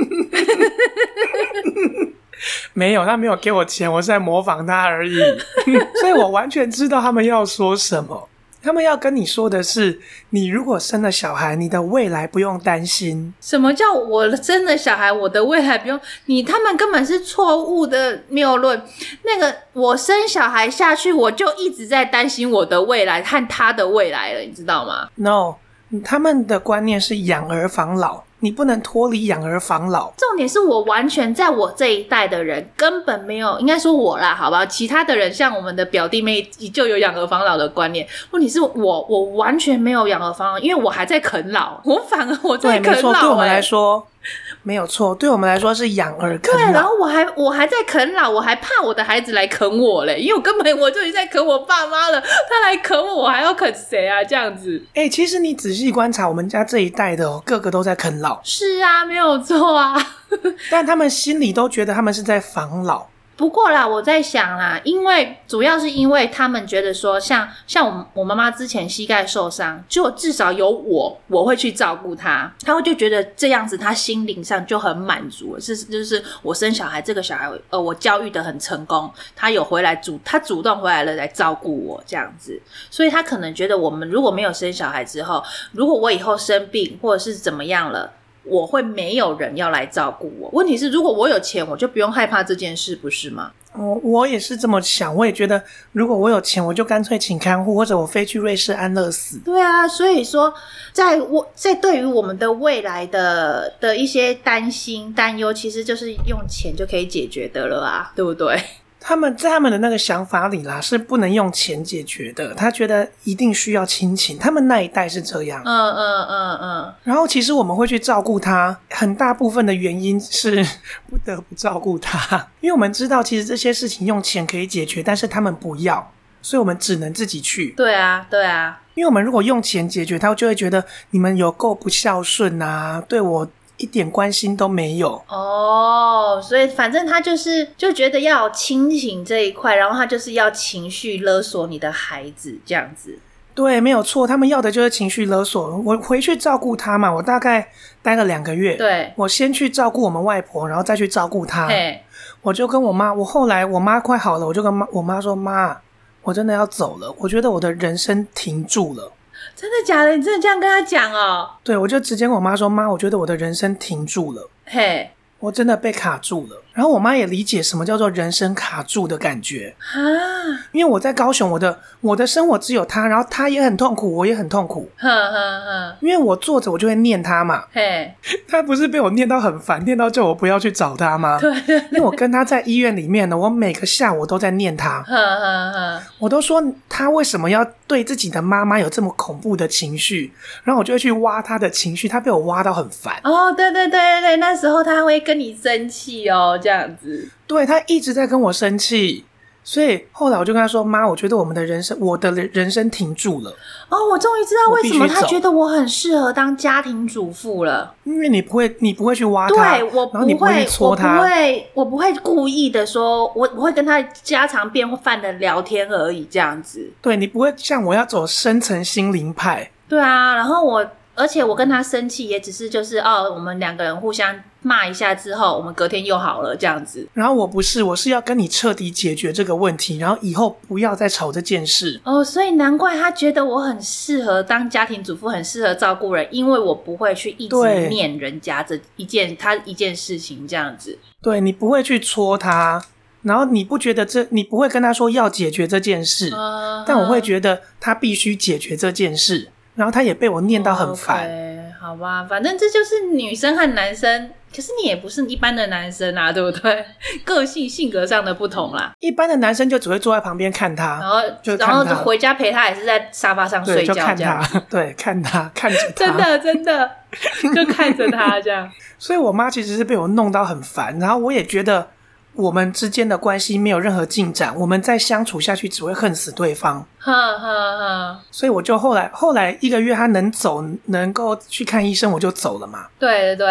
没有，他没有给我钱，我是在模仿他而已。所以我完全知道他们要说什么。他们要跟你说的是，你如果生了小孩，你的未来不用担心。 什么叫我生了小孩，我的未来不用？你他们根本是错误的谬论。那个我生小孩下去，我就一直在担心我的未来和他的未来了，你知道吗？ No， 他们的观念是养儿防老。你不能脱离养儿防老。 重点是我完全在我这一代的人根本没有，应该说我啦，好吧，其他的人像我们的表弟妹就有养儿防老的观念。问题是我我完全没有养儿防老，因为我还在啃老，我反而我在啃老、欸。 对，没错，对我们来说没有错，对我们来说是养儿啃老。 对，然后我还我还在啃老，我还怕我的孩子来啃我嘞，因为我根本我就已经在啃我爸妈了，他来啃我，我还要啃谁啊？这样子。 哎、欸，其实你仔细观察我们家这一代的哦，个个都在啃老。 是啊，没有错啊。 但他们心里都觉得他们是在防老。 不过啦，我在想啦，因为主要是因为他们觉得说像像我我妈妈之前膝盖受伤，就至少有我我会去照顾她，她会就觉得这样子她心灵上就很满足了，是就是我生小孩这个小孩呃我教育得很成功，她有回来主她主动回来了来照顾我这样子，所以她可能觉得我们如果没有生小孩之后，如果我以后生病或者是怎么样了，我会没有人要来照顾我。问题是如果我有钱，我就不用害怕这件事，不是吗？ 我我也是这么想，我也觉得如果我有钱，我就干脆请看护，或者我飞去瑞士安乐死。 对啊，所以说在我在对于我们的未来的的一些担心担忧，其实就是用钱就可以解决的了啊，对不对？ 他们在他们的那个想法里啦，是不能用钱解决的。他觉得一定需要亲情，他们那一代是这样。 嗯嗯嗯嗯。 然后其实我们会去照顾他，很大部分的原因是不得不照顾他，因为我们知道其实这些事情用钱可以解决，但是他们不要，所以我们只能自己去。 对啊，对啊。 因为我们如果用钱解决，他就会觉得你们有够不孝顺啊，对我一点关心都没有。 哦，所以反正他就是就觉得要有亲情这一块，然后他就是要情绪勒索你的孩子这样子。 对，没有错，他们要的就是情绪勒索。我回去照顾他嘛，我大概待了两个月。 对， 我先去照顾我们外婆，然后再去照顾他。 嘿， 我就跟我妈，我后来我妈快好了，我就跟妈我妈说，妈，我真的要走了，我觉得我的人生停住了。 真的假的？你真的这样跟他讲哦？ 对，我就直接跟我妈说，妈，我觉得我的人生停住了。 嘿， 我真的被卡住了。然后我妈也理解什么叫做人生卡住的感觉啊， 因为我在高雄，我的我的生活只有她，然后她也很痛苦，我也很痛苦。 呵呵呵， 因为我坐着我就会念她嘛， 嘿， 她不是被我念到很烦，念到叫我不要去找她吗？ 对， 因为我跟她在医院里面呢，我每个下午都在念她， 呵呵呵， 我都说她为什么要对自己的妈妈有这么恐怖的情绪，然后我就会去挖她的情绪，她被我挖到很烦。 哦，对对对对对，那时候她会跟你生气哦，这样子。 对，她一直在跟我生气，所以后来我就跟她说，妈，我觉得我们的人生我的人生停住了。 哦，我终于知道为什么她觉得我很适合当家庭主妇了， 因为你不会你不会去挖她， 对，我不然后你不会去戳她， 我不会我不会故意的说我不会跟她家常便饭的聊天而已，这样子。 对，你不会像我要走深层心灵派。 对啊，然后我而且我跟她生气也只是就是哦，我们两个人互相骂一下之后，我们隔天又好了这样子。 然后我不是，我是要跟你彻底解决这个问题，然后以后不要再吵这件事。 哦，所以难怪他觉得我很适合当家庭主妇，很适合照顾人，因为我不会去一直念人家这一件他一件事情这样子。 对，你不会去戳他，然后你不觉得这你不会跟他说要解决这件事，uh-huh. 但我会觉得他必须解决这件事，然后他也被我念到很烦。 Okay, 好吧，反正这就是女生和男生，可是你也不是一般的男生啊，对不对？个性性格上的不同啦。 一般的男生就只会坐在旁边看他， 然后就看他， 然后回家陪他，也是在沙发上睡觉， 对，就看他，对，看他，看着他， 真的真的就看着他这样。 所以我妈其实是被我弄到很烦，然后我也觉得我们之间的关系没有任何进展，我们再相处下去只会恨死对方。 呵呵呵， 所以我就后来后来一个月他能走能够去看医生我就走了嘛。 对对对，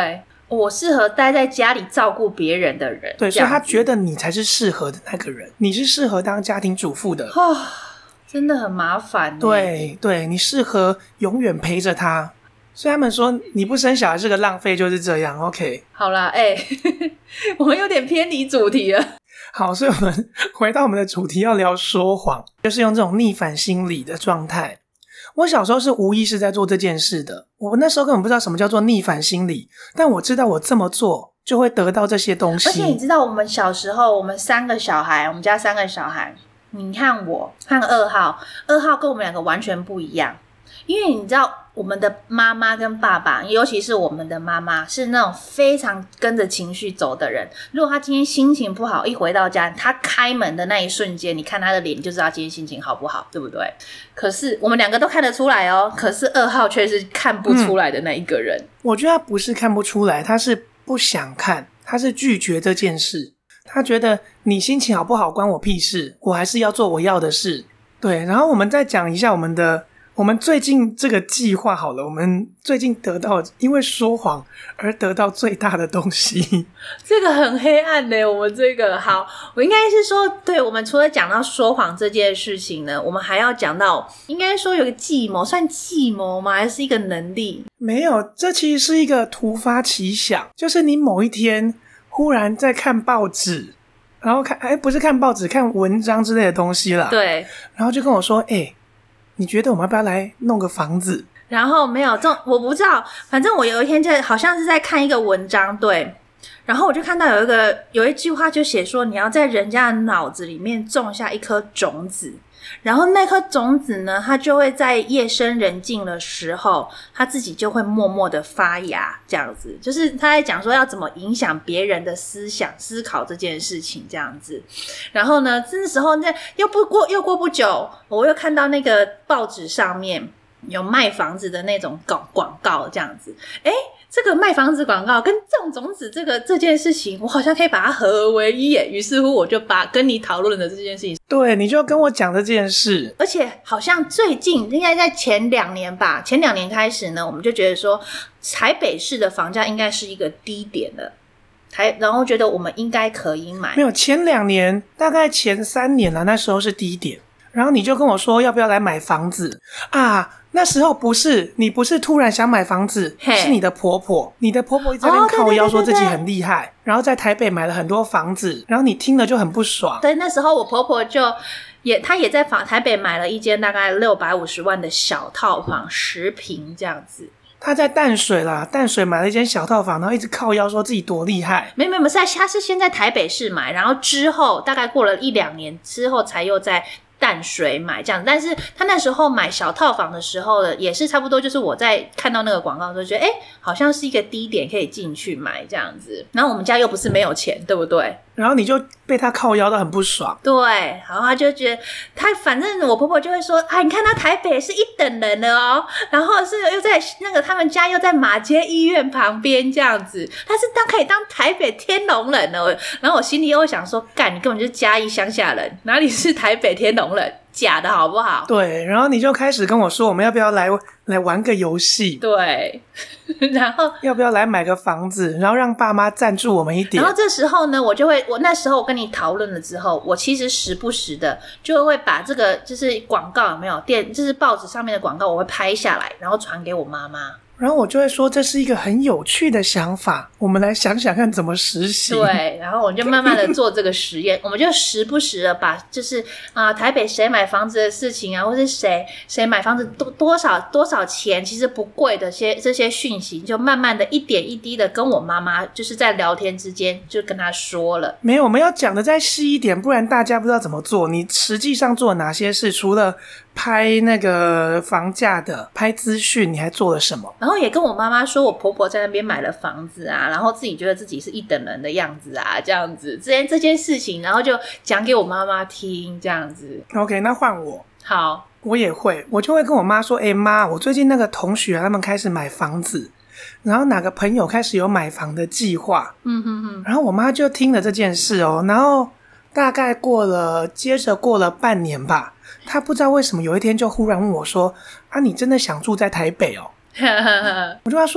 我适合待在家里照顾别人的人。 对，所以他觉得你才是适合的那个人，你是适合当家庭主妇的。 哦，真的很麻烦耶。 对对，你适合永远陪着他。所以他们说你不生小孩是个浪费，就是这样。 OK， 好啦，哎、欸，我们有点偏离主题了。 好，所以我们回到我们的主题，要聊说谎，就是用这种逆反心理的状态。我小时候是无意识在做这件事的，我那时候根本不知道什么叫做逆反心理，但我知道我这么做就会得到这些东西。 而且你知道我们小时候，我们三个小孩，我们家三个小孩，你看我和二号，二号跟我们两个完全不一样。因为你知道我们的妈妈跟爸爸，尤其是我们的妈妈，是那种非常跟着情绪走的人。如果他今天心情不好，一回到家，他开门的那一瞬间，你看他的脸就知道今天心情好不好，对不对？可是我们两个都看得出来哦，可是二号却是看不出来的那一个人。嗯， 我觉得他不是看不出来，他是不想看，他是拒绝这件事。他觉得你心情好不好关我屁事，我还是要做我要的事。对，然后我们再讲一下我们的我们最近这个计划好了，我们最近得到因为说谎而得到最大的东西。 这个很黑暗的，我们这个好，我应该是说，对，我们除了讲到说谎这件事情呢，我们还要讲到，应该说有个计谋，算计谋吗？还是一个能力？ 没有，这其实是一个突发奇想，就是你某一天忽然在看报纸，然后看，哎，不是看报纸，看文章之类的东西啦。 对， 然后就跟我说，哎，你觉得我们要不要来弄个房子？ 然后没有，这我不知道，反正我有一天在好像是在看一个文章，对，然后我就看到有一个有一句话就写说，你要在人家的脑子里面种下一颗种子，然后那颗种子呢，它就会在夜深人静的时候，它自己就会默默的发芽，这样子。就是他在讲说要怎么影响别人的思想思考这件事情，这样子。然后呢，这时候那又不过又过不久，我又看到那个报纸上面有卖房子的那种广广告，这样子。诶，这个卖房子广告跟种种子这个这件事情，我好像可以把它合而为一耶。于是乎，我就把跟你讨论的这件事情， 对，你就跟我讲这件事。 而且好像最近应该在前两年吧，前两年开始呢，我们就觉得说，台北市的房价应该是一个低点了。台，然后觉得我们应该可以买。 没有，前两年大概前三年啦，那时候是低点。然后你就跟我说要不要来买房子啊？那时候不是你不是突然想买房子，是你的婆婆，你的婆婆一直在那边靠腰说自己很厉害，然后在台北买了很多房子，然后你听了就很不爽。 对，那时候我婆婆就也她也在台北买了一间大概六百五十万的小套房，十坪这样子。 他在淡水啦，淡水买了一间小套房，然后一直靠腰说自己多厉害。 没没没，他是先在台北市买，然后之后大概过了一两年之后才又在淡水买这样。但是他那时候买小套房的时候呢，也是差不多，就是我在看到那个广告的时候觉得，哎，好像是一个低点可以进去买这样子。然后我们家又不是没有钱，对不对？ 然后你就被他靠腰到很不爽。 对，然后他就觉得他反正我婆婆就会说，啊，你看他台北是一等人的哦，然后是又在那个他们家又在马街医院旁边这样子，他是当可以当台北天龙人哦。然后我心里又想说，干，你根本就是嘉义乡下人，哪里是台北天龙人？假的好不好？ 对，然后你就开始跟我说，我们要不要来来玩个游戏？ 对，然后要不要来买个房子，然后让爸妈赞助我们一点？ 然后这时候呢，我就会，我那时候我跟你讨论了之后，我其实时不时的就会把这个就是广告有没有电，就是报纸上面的广告，我会拍下来，然后传给我妈妈。 然后我就会说这是一个很有趣的想法，我们来想想看怎么实行。 对，然后我就慢慢的做这个实验，我们就时不时的把就是啊、呃、台北谁买房子的事情啊，或是谁谁买房子多多少多少钱，其实不贵的些这些讯息，就慢慢的一点一滴的跟我妈妈就是在聊天之间就跟她说了。 没有，我们要讲的再细一点，不然大家不知道怎么做。你实际上做了哪些事？除了拍那个房价的拍资讯，你还做了什么？ 然后也跟我妈妈说我婆婆在那边买了房子啊，然后自己觉得自己是一等人的样子啊，这样子这件这件事情，然后就讲给我妈妈听这样子。 OK， 那换我。 好， 我也会，我就会跟我妈说，诶妈，我最近那个同学他们开始买房子，然后哪个朋友开始有买房的计划。 嗯哼哼。 然后我妈就听了这件事哦，然后大概过了接着过了半年吧，她不知道为什么有一天就忽然问我说，啊，你真的想住在台北哦？我就跟她说，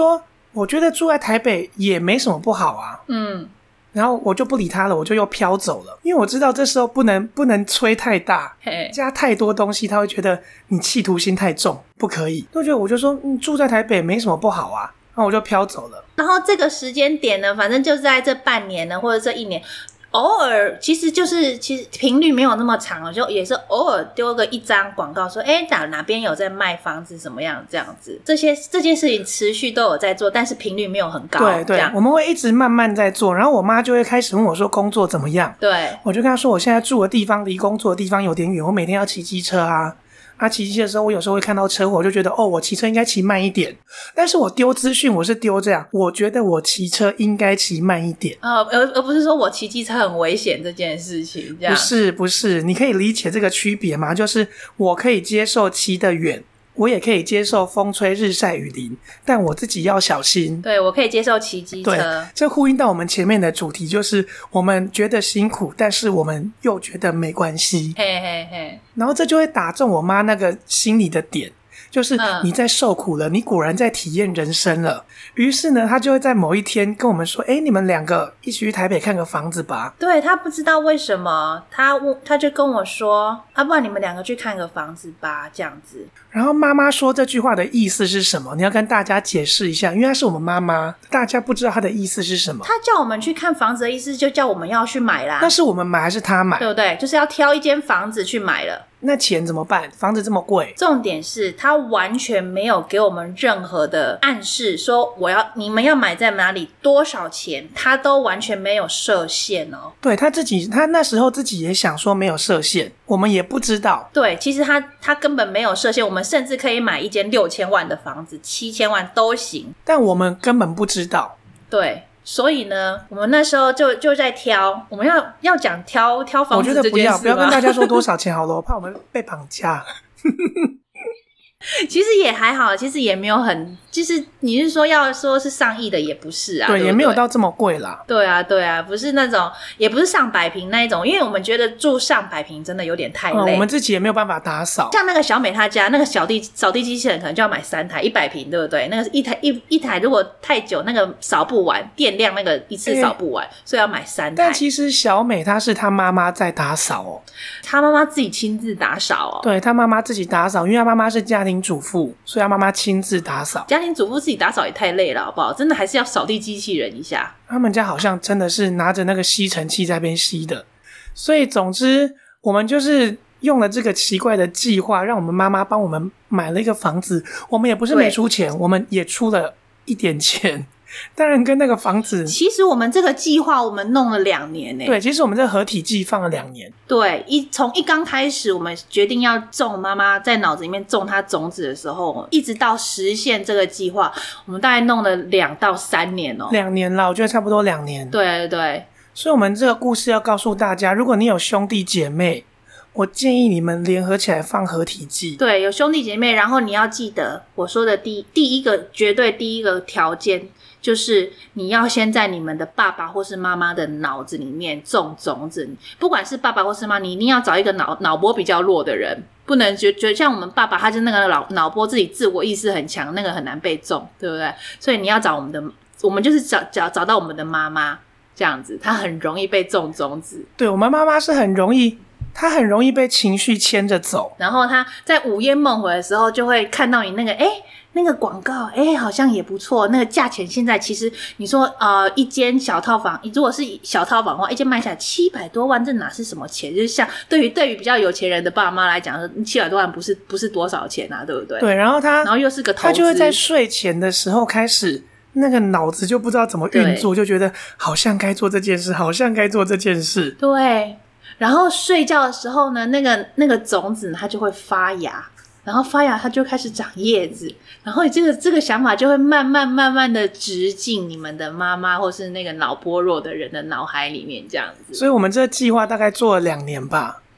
我觉得住在台北也没什么不好啊。 嗯， 然后我就不理他了，我就又飘走了，因为我知道这时候不能不能吹太大，加太多东西，他会觉得你企图心太重，不可以。我觉得我就说，嗯，住在台北没什么不好啊，然后我就飘走了。 然后这个时间点呢，反正就在这半年呢，或者这一年。偶尔其实就是其实频率没有那么长，就也是偶尔丢个一张广告说诶哪哪边有在卖房子怎么样这样子，这些这件事情持续都有在做，但是频率没有很高。 对对，我们会一直慢慢在做，然后我妈就会开始问我说工作怎么样。 对， 我就跟她说我现在住的地方离工作的地方有点远，我每天要骑机车啊啊，骑机车的时候我有时候会看到车祸，我就觉得哦，我骑车应该骑慢一点。但是我丢资讯我是丢这样，我觉得我骑车应该骑慢一点， 呃，而而不是说我骑机车很危险这件事情这样。 不是不是，你可以理解这个区别吗？就是我可以接受骑得远，我也可以接受风吹日晒雨淋，但我自己要小心。 对，我可以接受骑机车。 对，这呼应到我们前面的主题，就是我们觉得辛苦，但是我们又觉得没关系。 嘿嘿嘿， 然后这就会打中我妈那个心里的点，就是你在受苦了，你果然在体验人生了。于是呢，他就会在某一天跟我们说，诶，你们两个一起去台北看个房子吧。 对，他不知道为什么，他他就跟我说，啊，不然你们两个去看个房子吧，这样子。 然后妈妈说这句话的意思是什么？你要跟大家解释一下，因为她是我们妈妈，大家不知道她的意思是什么。 她叫我们去看房子的意思就叫我们要去买啦。 那是我们买还是她买？ 对不对？就是要挑一间房子去买了。 那钱怎么办？房子这么贵。 重点是他完全没有给我们任何的暗示，说我要你们要买在哪里多少钱，他都完全没有设限哦。 对，他自己他那时候自己也想说没有设限，我们也不知道。 对，其实他他根本没有设限，我们甚至可以买一间六千万的房子，七千万都行， 但我们根本不知道。 对，所以呢，我们那时候就就在挑，我们要要讲挑挑房子这件事吗？ 我觉得不要不要跟大家说多少钱好了，我怕我们被绑架。 其实也还好，其实也没有很，就是你是说要说是上亿的也不是啊， 对, 对, 对， 也没有到这么贵啦。 对啊对啊，不是那种，也不是上百坪那一种，因为我们觉得住上百坪真的有点太累、 嗯、我们自己也没有办法打扫。 像那个小美她家那个小地扫地机器人可能就要买三台一百坪，对不对？那个一台 一, 一台如果太久那个扫不完，电量那个一次扫不完、欸、所以要买三台。 但其实小美她是她妈妈在打扫哦， 她妈妈自己亲自打扫哦。 对，她妈妈自己打扫，因为她妈妈是家庭主妇，所以她妈妈亲自打扫。 家庭主妇自己打扫也太累了好不好？真的还是要扫地机器人一下。 他们家好像真的是拿着那个吸尘器在那边吸的，所以总之我们就是用了这个奇怪的计划，让我们妈妈帮我们买了一个房子。我们也不是没出钱，我们也出了一点钱，当然跟那个房子， 其实我们这个计划我们弄了两年耶、欸、 对，其实我们这个合体计放了两年。 对，一从一刚开始我们决定要种妈妈在脑子里面种她种子的时候，一直到实现这个计划，我们大概弄了两到三年哦。 两年啦，我觉得差不多两年。 对对对， 所以我们这个故事要告诉大家，如果你有兄弟姐妹，我建议你们联合起来放合体剂。 对，有兄弟姐妹，然后你要记得我说的第第一个绝对第一个条件，就是你要先在你们的爸爸或是妈妈的脑子里面种种子。不管是爸爸或是妈妈，你一定要找一个脑脑波比较弱的人，不能觉觉得像我们爸爸，他就那个脑脑波自己自我意识很强，那个很难被种，对不对？所以你要找我们的，我们就是找找找到我们的妈妈，这样子，她很容易被种种子。 对，我们妈妈是很容易。他很容易被情绪牵着走， 然后他在午夜梦回的时候就会看到你那个诶那个广告，诶好像也不错，那个价钱现在其实你说呃一间小套房，如果是小套房的话，一间卖下来七百多万，这哪是什么钱？就是像对于对于比较有钱人的爸妈来讲，七百多万不是不是多少钱啊，对不对？ 对，然后他然后又是个投资， 他就会在睡前的时候开始那个脑子就不知道怎么运作，就觉得好像该做这件事，好像该做这件事。 对。然后睡觉的时候呢，那个那个种子它就会发芽，然后发芽它就开始长叶子，然后这个这个想法就会慢慢慢慢的植进你们的妈妈或是那个脑波弱的人的脑海里面，这样子。 所以我们这个计划大概做了两年吧。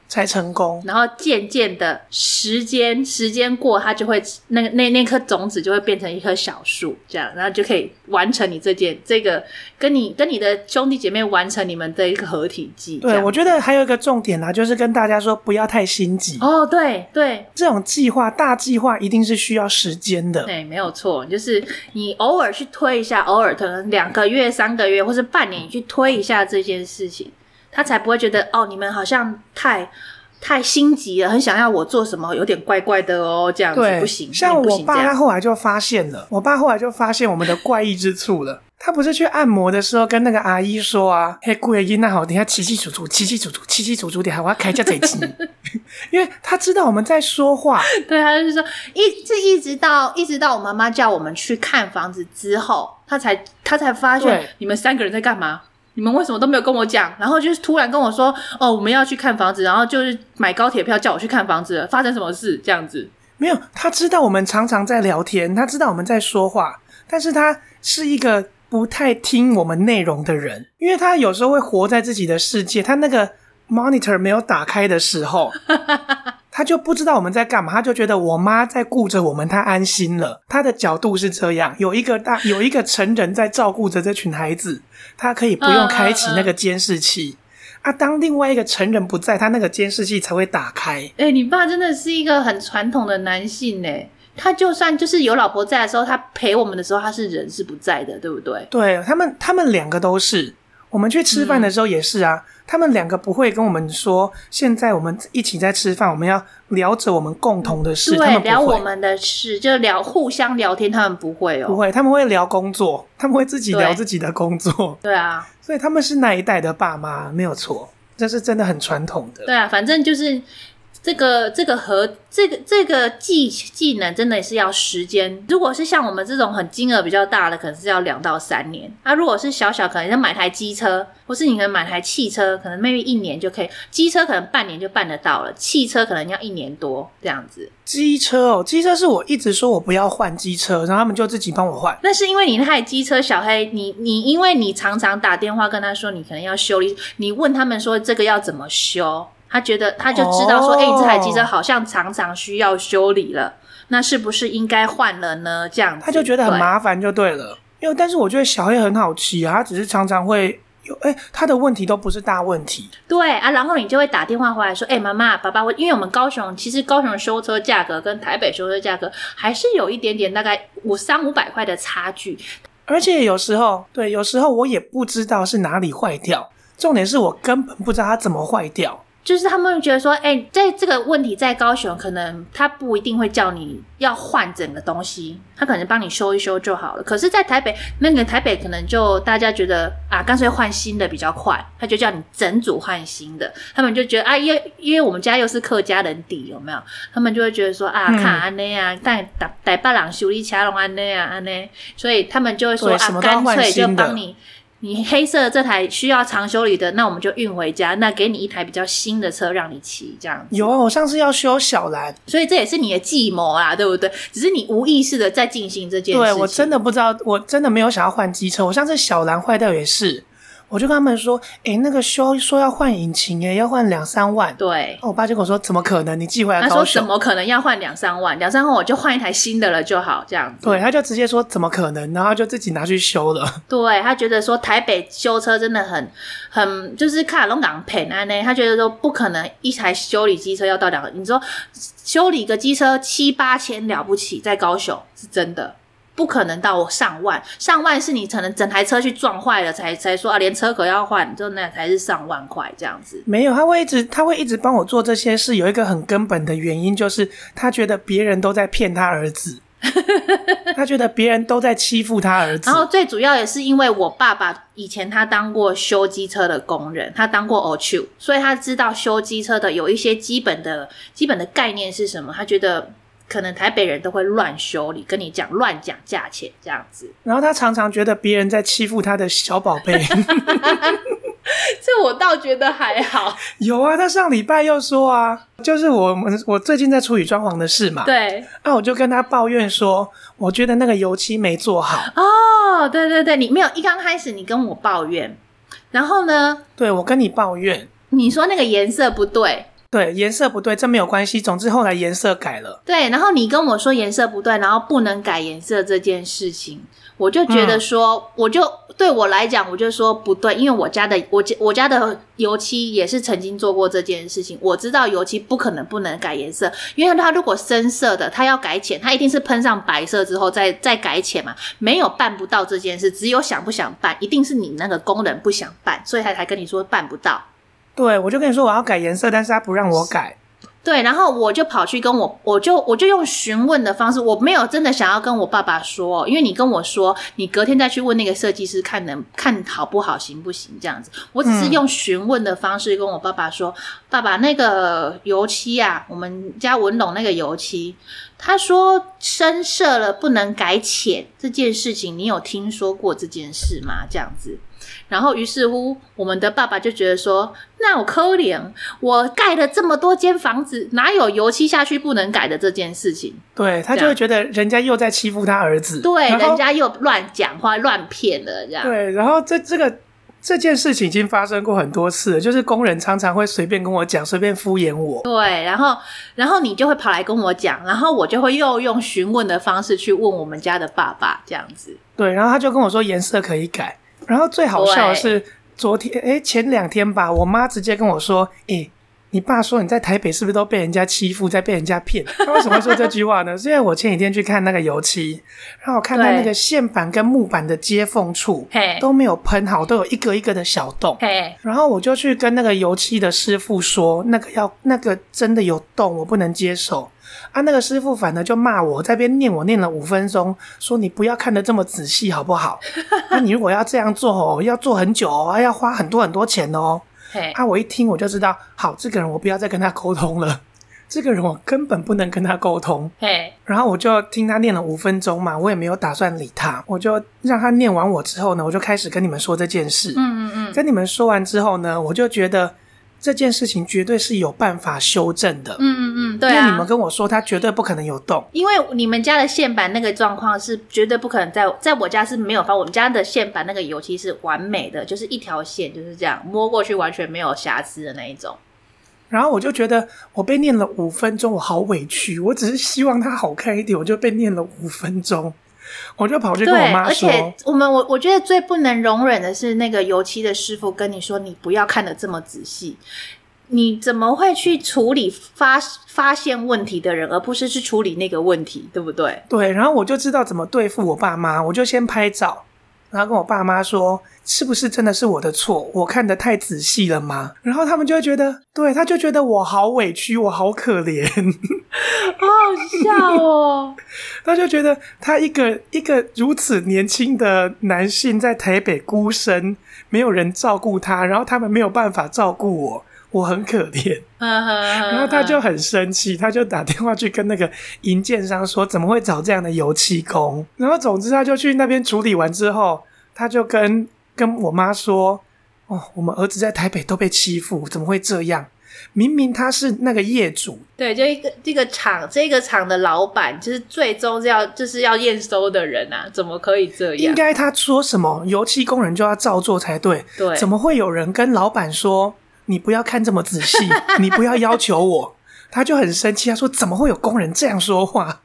才成功。 然后渐渐的时间时间过，它就会那个那那颗种子就会变成一棵小树，这样，然后就可以完成你这件这个跟你跟你的兄弟姐妹完成你们的一个合体技。 对，我觉得还有一个重点啦，就是跟大家说不要太心急。 哦，对对， 这种计划大计划一定是需要时间的。 对，没有错，就是你偶尔去推一下，偶尔可能两个月、三个月或是半年，你去推一下这件事情。他才不会觉得哦，你们好像太太心急了，很想要我做什么，有点怪怪的哦，这样子不行。 像我爸他后来就发现了，我爸后来就发现我们的怪异之处了。他不是去按摩的时候跟那个阿姨说啊，嘿，贵姨那好，等一下七七楚楚，七七楚楚，七七楚楚点，我要开价这集，因为他知道我们在说话。 对，他就是说一这一直到一直到我妈妈叫我们去看房子之后，他才他才发现你们三个人在干嘛。你们为什么都没有跟我讲？然后就是突然跟我说，哦，我们要去看房子，然后就是买高铁票叫我去看房子了，发生什么事这样子？ 没有，他知道我们常常在聊天，他知道我们在说话，但是他是一个不太听我们内容的人，因为他有时候会活在自己的世界，他那个 monitor 没有打开的时候他就不知道我们在干嘛，他就觉得我妈在顾着我们，他安心了。他的角度是这样，有一个大有一个成人在照顾着这群孩子，他可以不用开启那个监视器、嗯嗯、啊，当另外一个成人不在，他那个监视器才会打开。 欸，你爸真的是一个很传统的男性耶，他就算就是有老婆在的时候，他陪我们的时候，他是人是不在的，对不对？ 对，他们他们两个都是。我们去吃饭的时候也是啊、嗯、他们两个不会跟我们说现在我们一起在吃饭，我们要聊着我们共同的事。 对， 他们不会聊我们的事，就聊互相聊天，他们不会哦， 不会，他们会聊工作，他们会自己聊自己的工作。 对啊， 所以他们是那一代的爸妈，没有错，这是真的很传统的。 对啊，反正就是这个这个和这个这个技技能真的是要时间。如果是像我们这种很金额比较大的，可能是要两到三年。啊，如果是小小，可能要买台机车，或是你可能买台汽车，可能 maybe 一年就可以。机车可能半年就办得到了，汽车可能要一年多这样子。 机车哦，机车是我一直说我不要换机车，然后他们就自己帮我换。 那是因为你那台机车，小黑，你你因为你常常打电话跟他说你可能要修理，你问他们说这个要怎么修。他觉得他就知道说，哎、oh. 欸，你这台机车好像常常需要修理了，那是不是应该换了呢？这样子， 他就觉得很麻烦就对了。因为但是我觉得小黑很好骑啊，他只是常常会有，哎、欸，他的问题都不是大问题。 对啊，然后你就会打电话回来说，哎、欸，妈妈、爸爸，因为我们高雄其实高雄的修车价格跟台北修车价格还是有一点点大概五三五百块的差距， 而且有时候，对，有时候我也不知道是哪里坏掉，重点是我根本不知道它怎么坏掉。 就是他们会觉得说，哎、欸，在这个问题在高雄，可能他不一定会叫你要换整个东西，他可能帮你修一修就好了。可是，在台北，那个台北可能就大家觉得啊，干脆换新的比较快，他就叫你整组换新的。他们就觉得啊，因为因为我们家又是客家人底，有没有？他们就会觉得说啊，看安内啊，但台北人修理车拢安内啊安内，所以他们就会说啊，干脆就帮你。你黑色的这台需要常修理的，那我们就运回家，那给你一台比较新的车让你骑，这样子。 有啊，我上次要修小蓝， 所以这也是你的计谋啦，对不对？只是你无意识的在进行这件事情。 对，我真的不知道，我真的没有想要换机车。我上次小蓝坏掉也是，我就跟他们说，诶，那个修说要换引擎耶，要换两三万。 对， 我爸就跟我说，怎么可能？你寄回来高雄。 他说怎么可能要换两三万？两三万我就换一台新的了就好，这样子。 对，他就直接说怎么可能，然后就自己拿去修了。 对，他觉得说台北修车真的很很就是卡龙港骗安呢，他觉得说不可能一台修理机车要到两个，你说修理个机车七八千了不起，在高雄是真的。不可能到上万，上万是你可能整台车去撞坏了才才说啊，连车壳要换，就那才是上万块这样子。 没有，他会一直他会一直帮我做这些事，有一个很根本的原因，就是他觉得别人都在骗他儿子，他觉得别人都在欺负他儿子。 然后最主要也是因为我爸爸以前他当过修机车的工人，他当过 O Q， 所以他知道修机车的有一些基本的基本的概念是什么，他觉得。可能台北人都会乱修理，跟你讲乱讲价钱这样子。 然后他常常觉得别人在欺负他的小宝贝。 这我倒觉得还好。 有啊，他上礼拜又说啊，就是我们我最近在处理装潢的事嘛。 对。啊， 我就跟他抱怨说，我觉得那个油漆没做好。 哦，对对对，你没有一刚开始你跟我抱怨，然后呢？ 对，我跟你抱怨。 你说那个颜色不对。 对，颜色不对，这没有关系。总之后来颜色改了。 对，然后你跟我说颜色不对，然后不能改颜色这件事情，我就觉得说，嗯、我就对我来讲，我就说不对，因为我家的我我家的油漆也是曾经做过这件事情，我知道油漆不可能不能改颜色，因为它如果深色的，它要改浅，它一定是喷上白色之后再再改浅嘛，没有办不到这件事，只有想不想办，一定是你那个工人不想办，所以他才跟你说办不到。 对，我就跟你说我要改颜色，但是他不让我改。 对，然后我就跑去跟我，我就我就用询问的方式，我没有真的想要跟我爸爸说，因为你跟我说，你隔天再去问那个设计师看能看好不好，行不行这样子。我只是用询问的方式跟我爸爸说，嗯、爸爸那个油漆啊，我们家文龙那个油漆，他说深色了不能改浅这件事情，你有听说过这件事吗？这样子。然后于是乎我们的爸爸就觉得说，那我可怜，我盖了这么多间房子，哪有油漆下去不能改的这件事情。 对，他就会觉得人家又在欺负他儿子， 对，人家又乱讲话乱骗了这样。 对，然后这这个这件事情已经发生过很多次了，就是工人常常会随便跟我讲，随便敷衍我。 对，然后然后你就会跑来跟我讲，然后我就会又用询问的方式去问我们家的爸爸这样子。 对，然后他就跟我说颜色可以改。然后最好笑的是昨天诶前两天吧，我妈直接跟我说，诶你爸说你在台北是不是都被人家欺负，在被人家骗？他为什么会说这句话呢？是因为我前几天去看那个油漆，然后我看到那个线板跟木板的接缝处都没有喷好，都有一个一个的小洞。然后我就去跟那个油漆的师傅说，那个要那个真的有洞，我不能接受。啊，那个师傅反而就骂我，在那边念我念了五分钟，说你不要看得这么仔细好不好？啊，你如果要这样做哦，要做很久哦，要花很多很多钱哦。啊，我一听我就知道，好，这个人我不要再跟他沟通了，这个人我根本不能跟他沟通。然后我就听他念了五分钟嘛，我也没有打算理他，我就让他念完我之后呢，我就开始跟你们说这件事。嗯嗯嗯。跟你们说完之后呢，我就觉得这件事情绝对是有办法修正的。嗯嗯嗯，对啊，因为你们跟我说它绝对不可能有洞， 因为你们家的线板那个状况是绝对不可能在在我家是没有发，我们家的线板那个油漆是完美的，就是一条线就是这样摸过去完全没有瑕疵的那一种。 然后我就觉得我被念了五分钟，我好委屈，我只是希望它好看一点，我就被念了五分钟。我就跑去跟我妈说， 对，而且我们我我觉得最不能容忍的是那个油漆的师傅跟你说，你不要看得这么仔细，你怎么会去处理发发现问题的人，而不是去处理那个问题，对不对？ 对，然后我就知道怎么对付我爸妈，我就先拍照，然后跟我爸妈说，是不是真的是我的错，我看得太仔细了吗？然后他们就会觉得，对，他就觉得我好委屈，我好可怜， 好好笑哦。 他就觉得他一个一个如此年轻的男性在台北孤身，没有人照顾他，然后他们没有办法照顾我，我很可怜。然后他就很生气，他就打电话去跟那个营建商说，怎么会找这样的油漆工。然后总之他就去那边处理完之后，他就跟跟我妈说，哦，我们儿子在台北都被欺负，怎么会这样？明明他是那个业主， 对，就一个这个厂这个厂的老板，就是最终要就是要验收的人啊，怎么可以这样？ 应该他说什么油漆工人就要照做才对， 对， 怎么会有人跟老板说你不要看这么仔细，你不要要求我？他就很生气，他说怎么会有工人这样说话？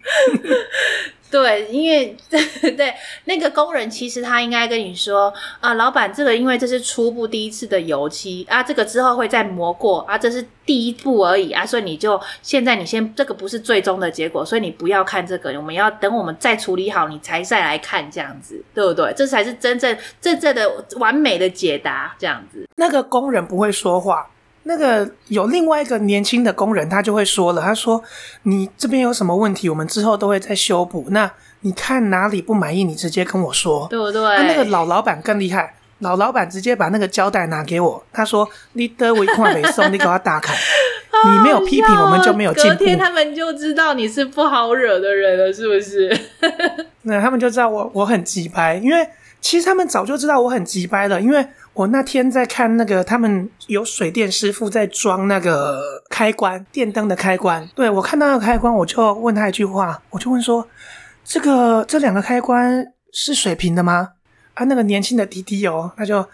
对，因为对那个工人，其实他应该跟你说啊，老板，这个因为这是初步第一次的油漆啊，这个之后会再磨过啊，这是第一步而已啊，所以你就现在你先这个不是最终的结果，所以你不要看这个，我们要等我们再处理好，你才再来看这样子，对不对？这才是真正真正的完美的解答，这样子。 那个工人不会说话。那个有另外一个年轻的工人，他就会说了，他说你这边有什么问题，我们之后都会再修补，那你看哪里不满意，你直接跟我说， 对不对？ 那那个老老板更厉害，老老板直接把那个胶带拿给我，他说你得我一块没送，你给我打开你没有批评我们就没有进步， 隔天他们就知道你是不好惹的人了，是不是？ 那他们就知道我我很鸡掰，因为其实他们早就知道我很鸡掰了，因为我那天在看那个他们有水电师傅在装那个开关，电灯的开关，对，我看到那个开关，我就问他一句话，我就问说，这个这两个开关是水平的吗？啊，那个年轻的弟弟哦，他就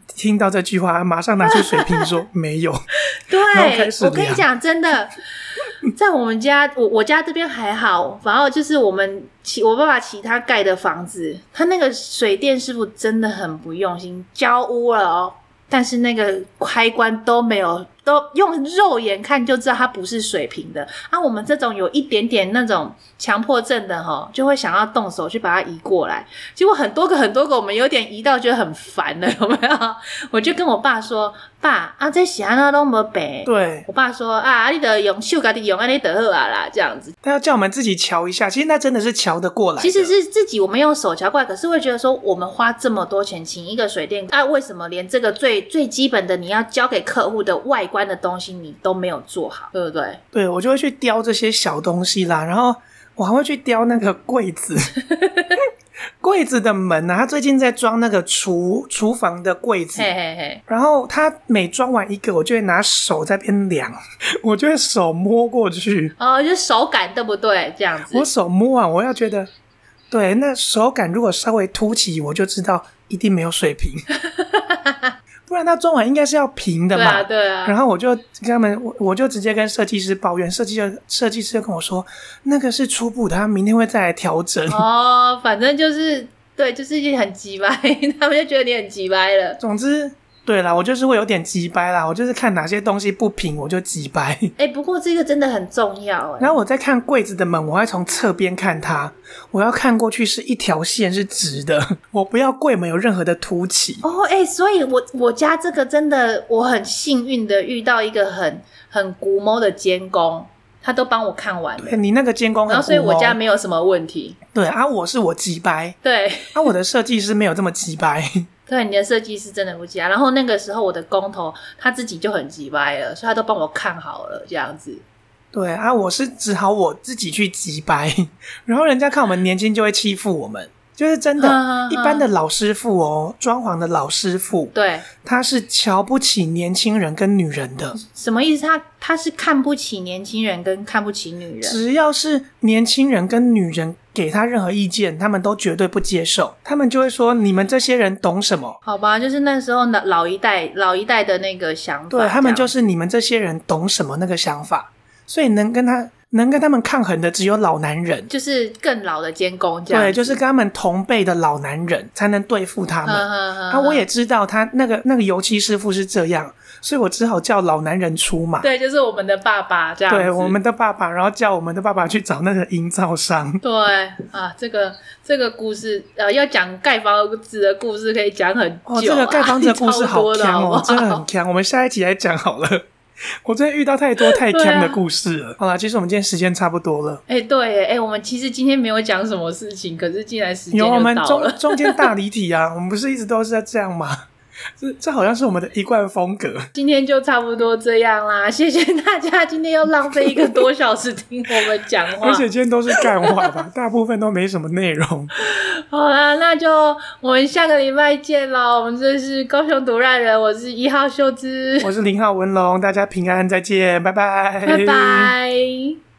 听到这句话马上拿出水瓶说没有。 对，我跟你讲真的，在我们家我我家这边还好，然后就是我们其我爸爸其他盖的房子，他那个水电师傅真的很不用心，交屋了哦，但是那个开关都没有，都用肉眼看就知道它不是水平的啊。我们这种有一点点那种强迫症的齁，就会想要动手去把它移过来，结果很多个很多个我们有点移到觉得很烦了，有没有？我就跟我爸说，爸啊，这是安怎都没白。 对， 我爸说啊，你得用手自己用，安尼就好啊啦，这样子。 他要叫我们自己瞧一下，其实那真的是瞧得过来的。 其实是自己我们用手瞧过来，可是会觉得说，我们花这么多钱请一个水电，啊，为什么连这个最最基本的你要交给客户的外观的东西你都没有做好，对不对？ 对，我就会去雕这些小东西啦，然后我还会去雕那个柜子。柜子的门啊，他最近在装那个厨厨房的柜子， 嘿嘿嘿， 然后他每装完一个，我就会拿手在边量，我就会手摸过去， 哦，就是手感对不对？这样子， 我手摸完，我要觉得，对，那手感如果稍微凸起，我就知道一定没有水平。不然他装完应该是要平的嘛， 对啊对啊。 然后我就跟他们，我我就直接跟设计师抱怨，设计师设计师就跟我说，那个是初步的，他明天会再来调整。 哦，反正就是对，就是很鸡掰，他们就觉得你很鸡掰了。 总之，对啦，我就是会有点鸡掰啦，我就是看哪些东西不平我就鸡掰。 哎、欸，不过这个真的很重要哎。 然后我在看柜子的门，我会从侧边看它，我要看过去是一条线是直的，我不要柜门有任何的凸起。 哦，哎、欸，所以我我家这个真的我很幸运的遇到一个很很古摸的监工，他都帮我看完了。 对，你那个监工很古摸， 然后所以我家没有什么问题。 对啊，我是我鸡掰。 对啊，我的设计师没有这么鸡掰。 对，你的设计师真的不急啊。然后那个时候我的工头他自己就很急掰了，所以他都帮我看好了这样子。 对啊，我是只好我自己去急掰，然后人家看我们年轻就会欺负我们，就是真的一般的老师傅哦，装潢的老师傅， 对， 他是瞧不起年轻人跟女人的。 什么意思？他他是看不起年轻人跟看不起女人， 只要是年轻人跟女人给他任何意见，他们都绝对不接受，他们就会说你们这些人懂什么？ 好吧，就是那时候老一代老一代的那个想法， 对，他们就是你们这些人懂什么那个想法，所以能跟他能跟他们抗衡的只有老男人， 就是更老的监工这样子， 对，就是跟他们同辈的老男人才能对付他们。 呵呵呵啊，我也知道他那个那个油漆师傅是这样，所以我只好叫老男人出马。 对，就是我们的爸爸这样子， 对，我们的爸爸，然后叫我们的爸爸去找那个营造商。 对啊，这个这个故事呃，要讲盖房子的故事可以讲很久、啊、 哦，这个盖房子的故事好强哦， 好真的很强。我们下一集来讲好了。我真的遇到太多太强的故事了。啊、好啦，其实我们今天时间差不多了。 哎、欸，对，哎、欸，我们其实今天没有讲什么事情，可是竟然时间就到了。 有我们中中间大离题啊，我们不是一直都是在这样吗？这这好像是我们的一贯风格。今天就差不多这样啦，谢谢大家，今天又浪费一个多小时听我们讲话， 而且今天都是干话吧，大部分都没什么内容。 好啦，那就我们下个礼拜见咯。我们这是高雄毒辣人，我是一号秀芝， 我是零号文龙，大家平安再见，拜拜， 拜拜。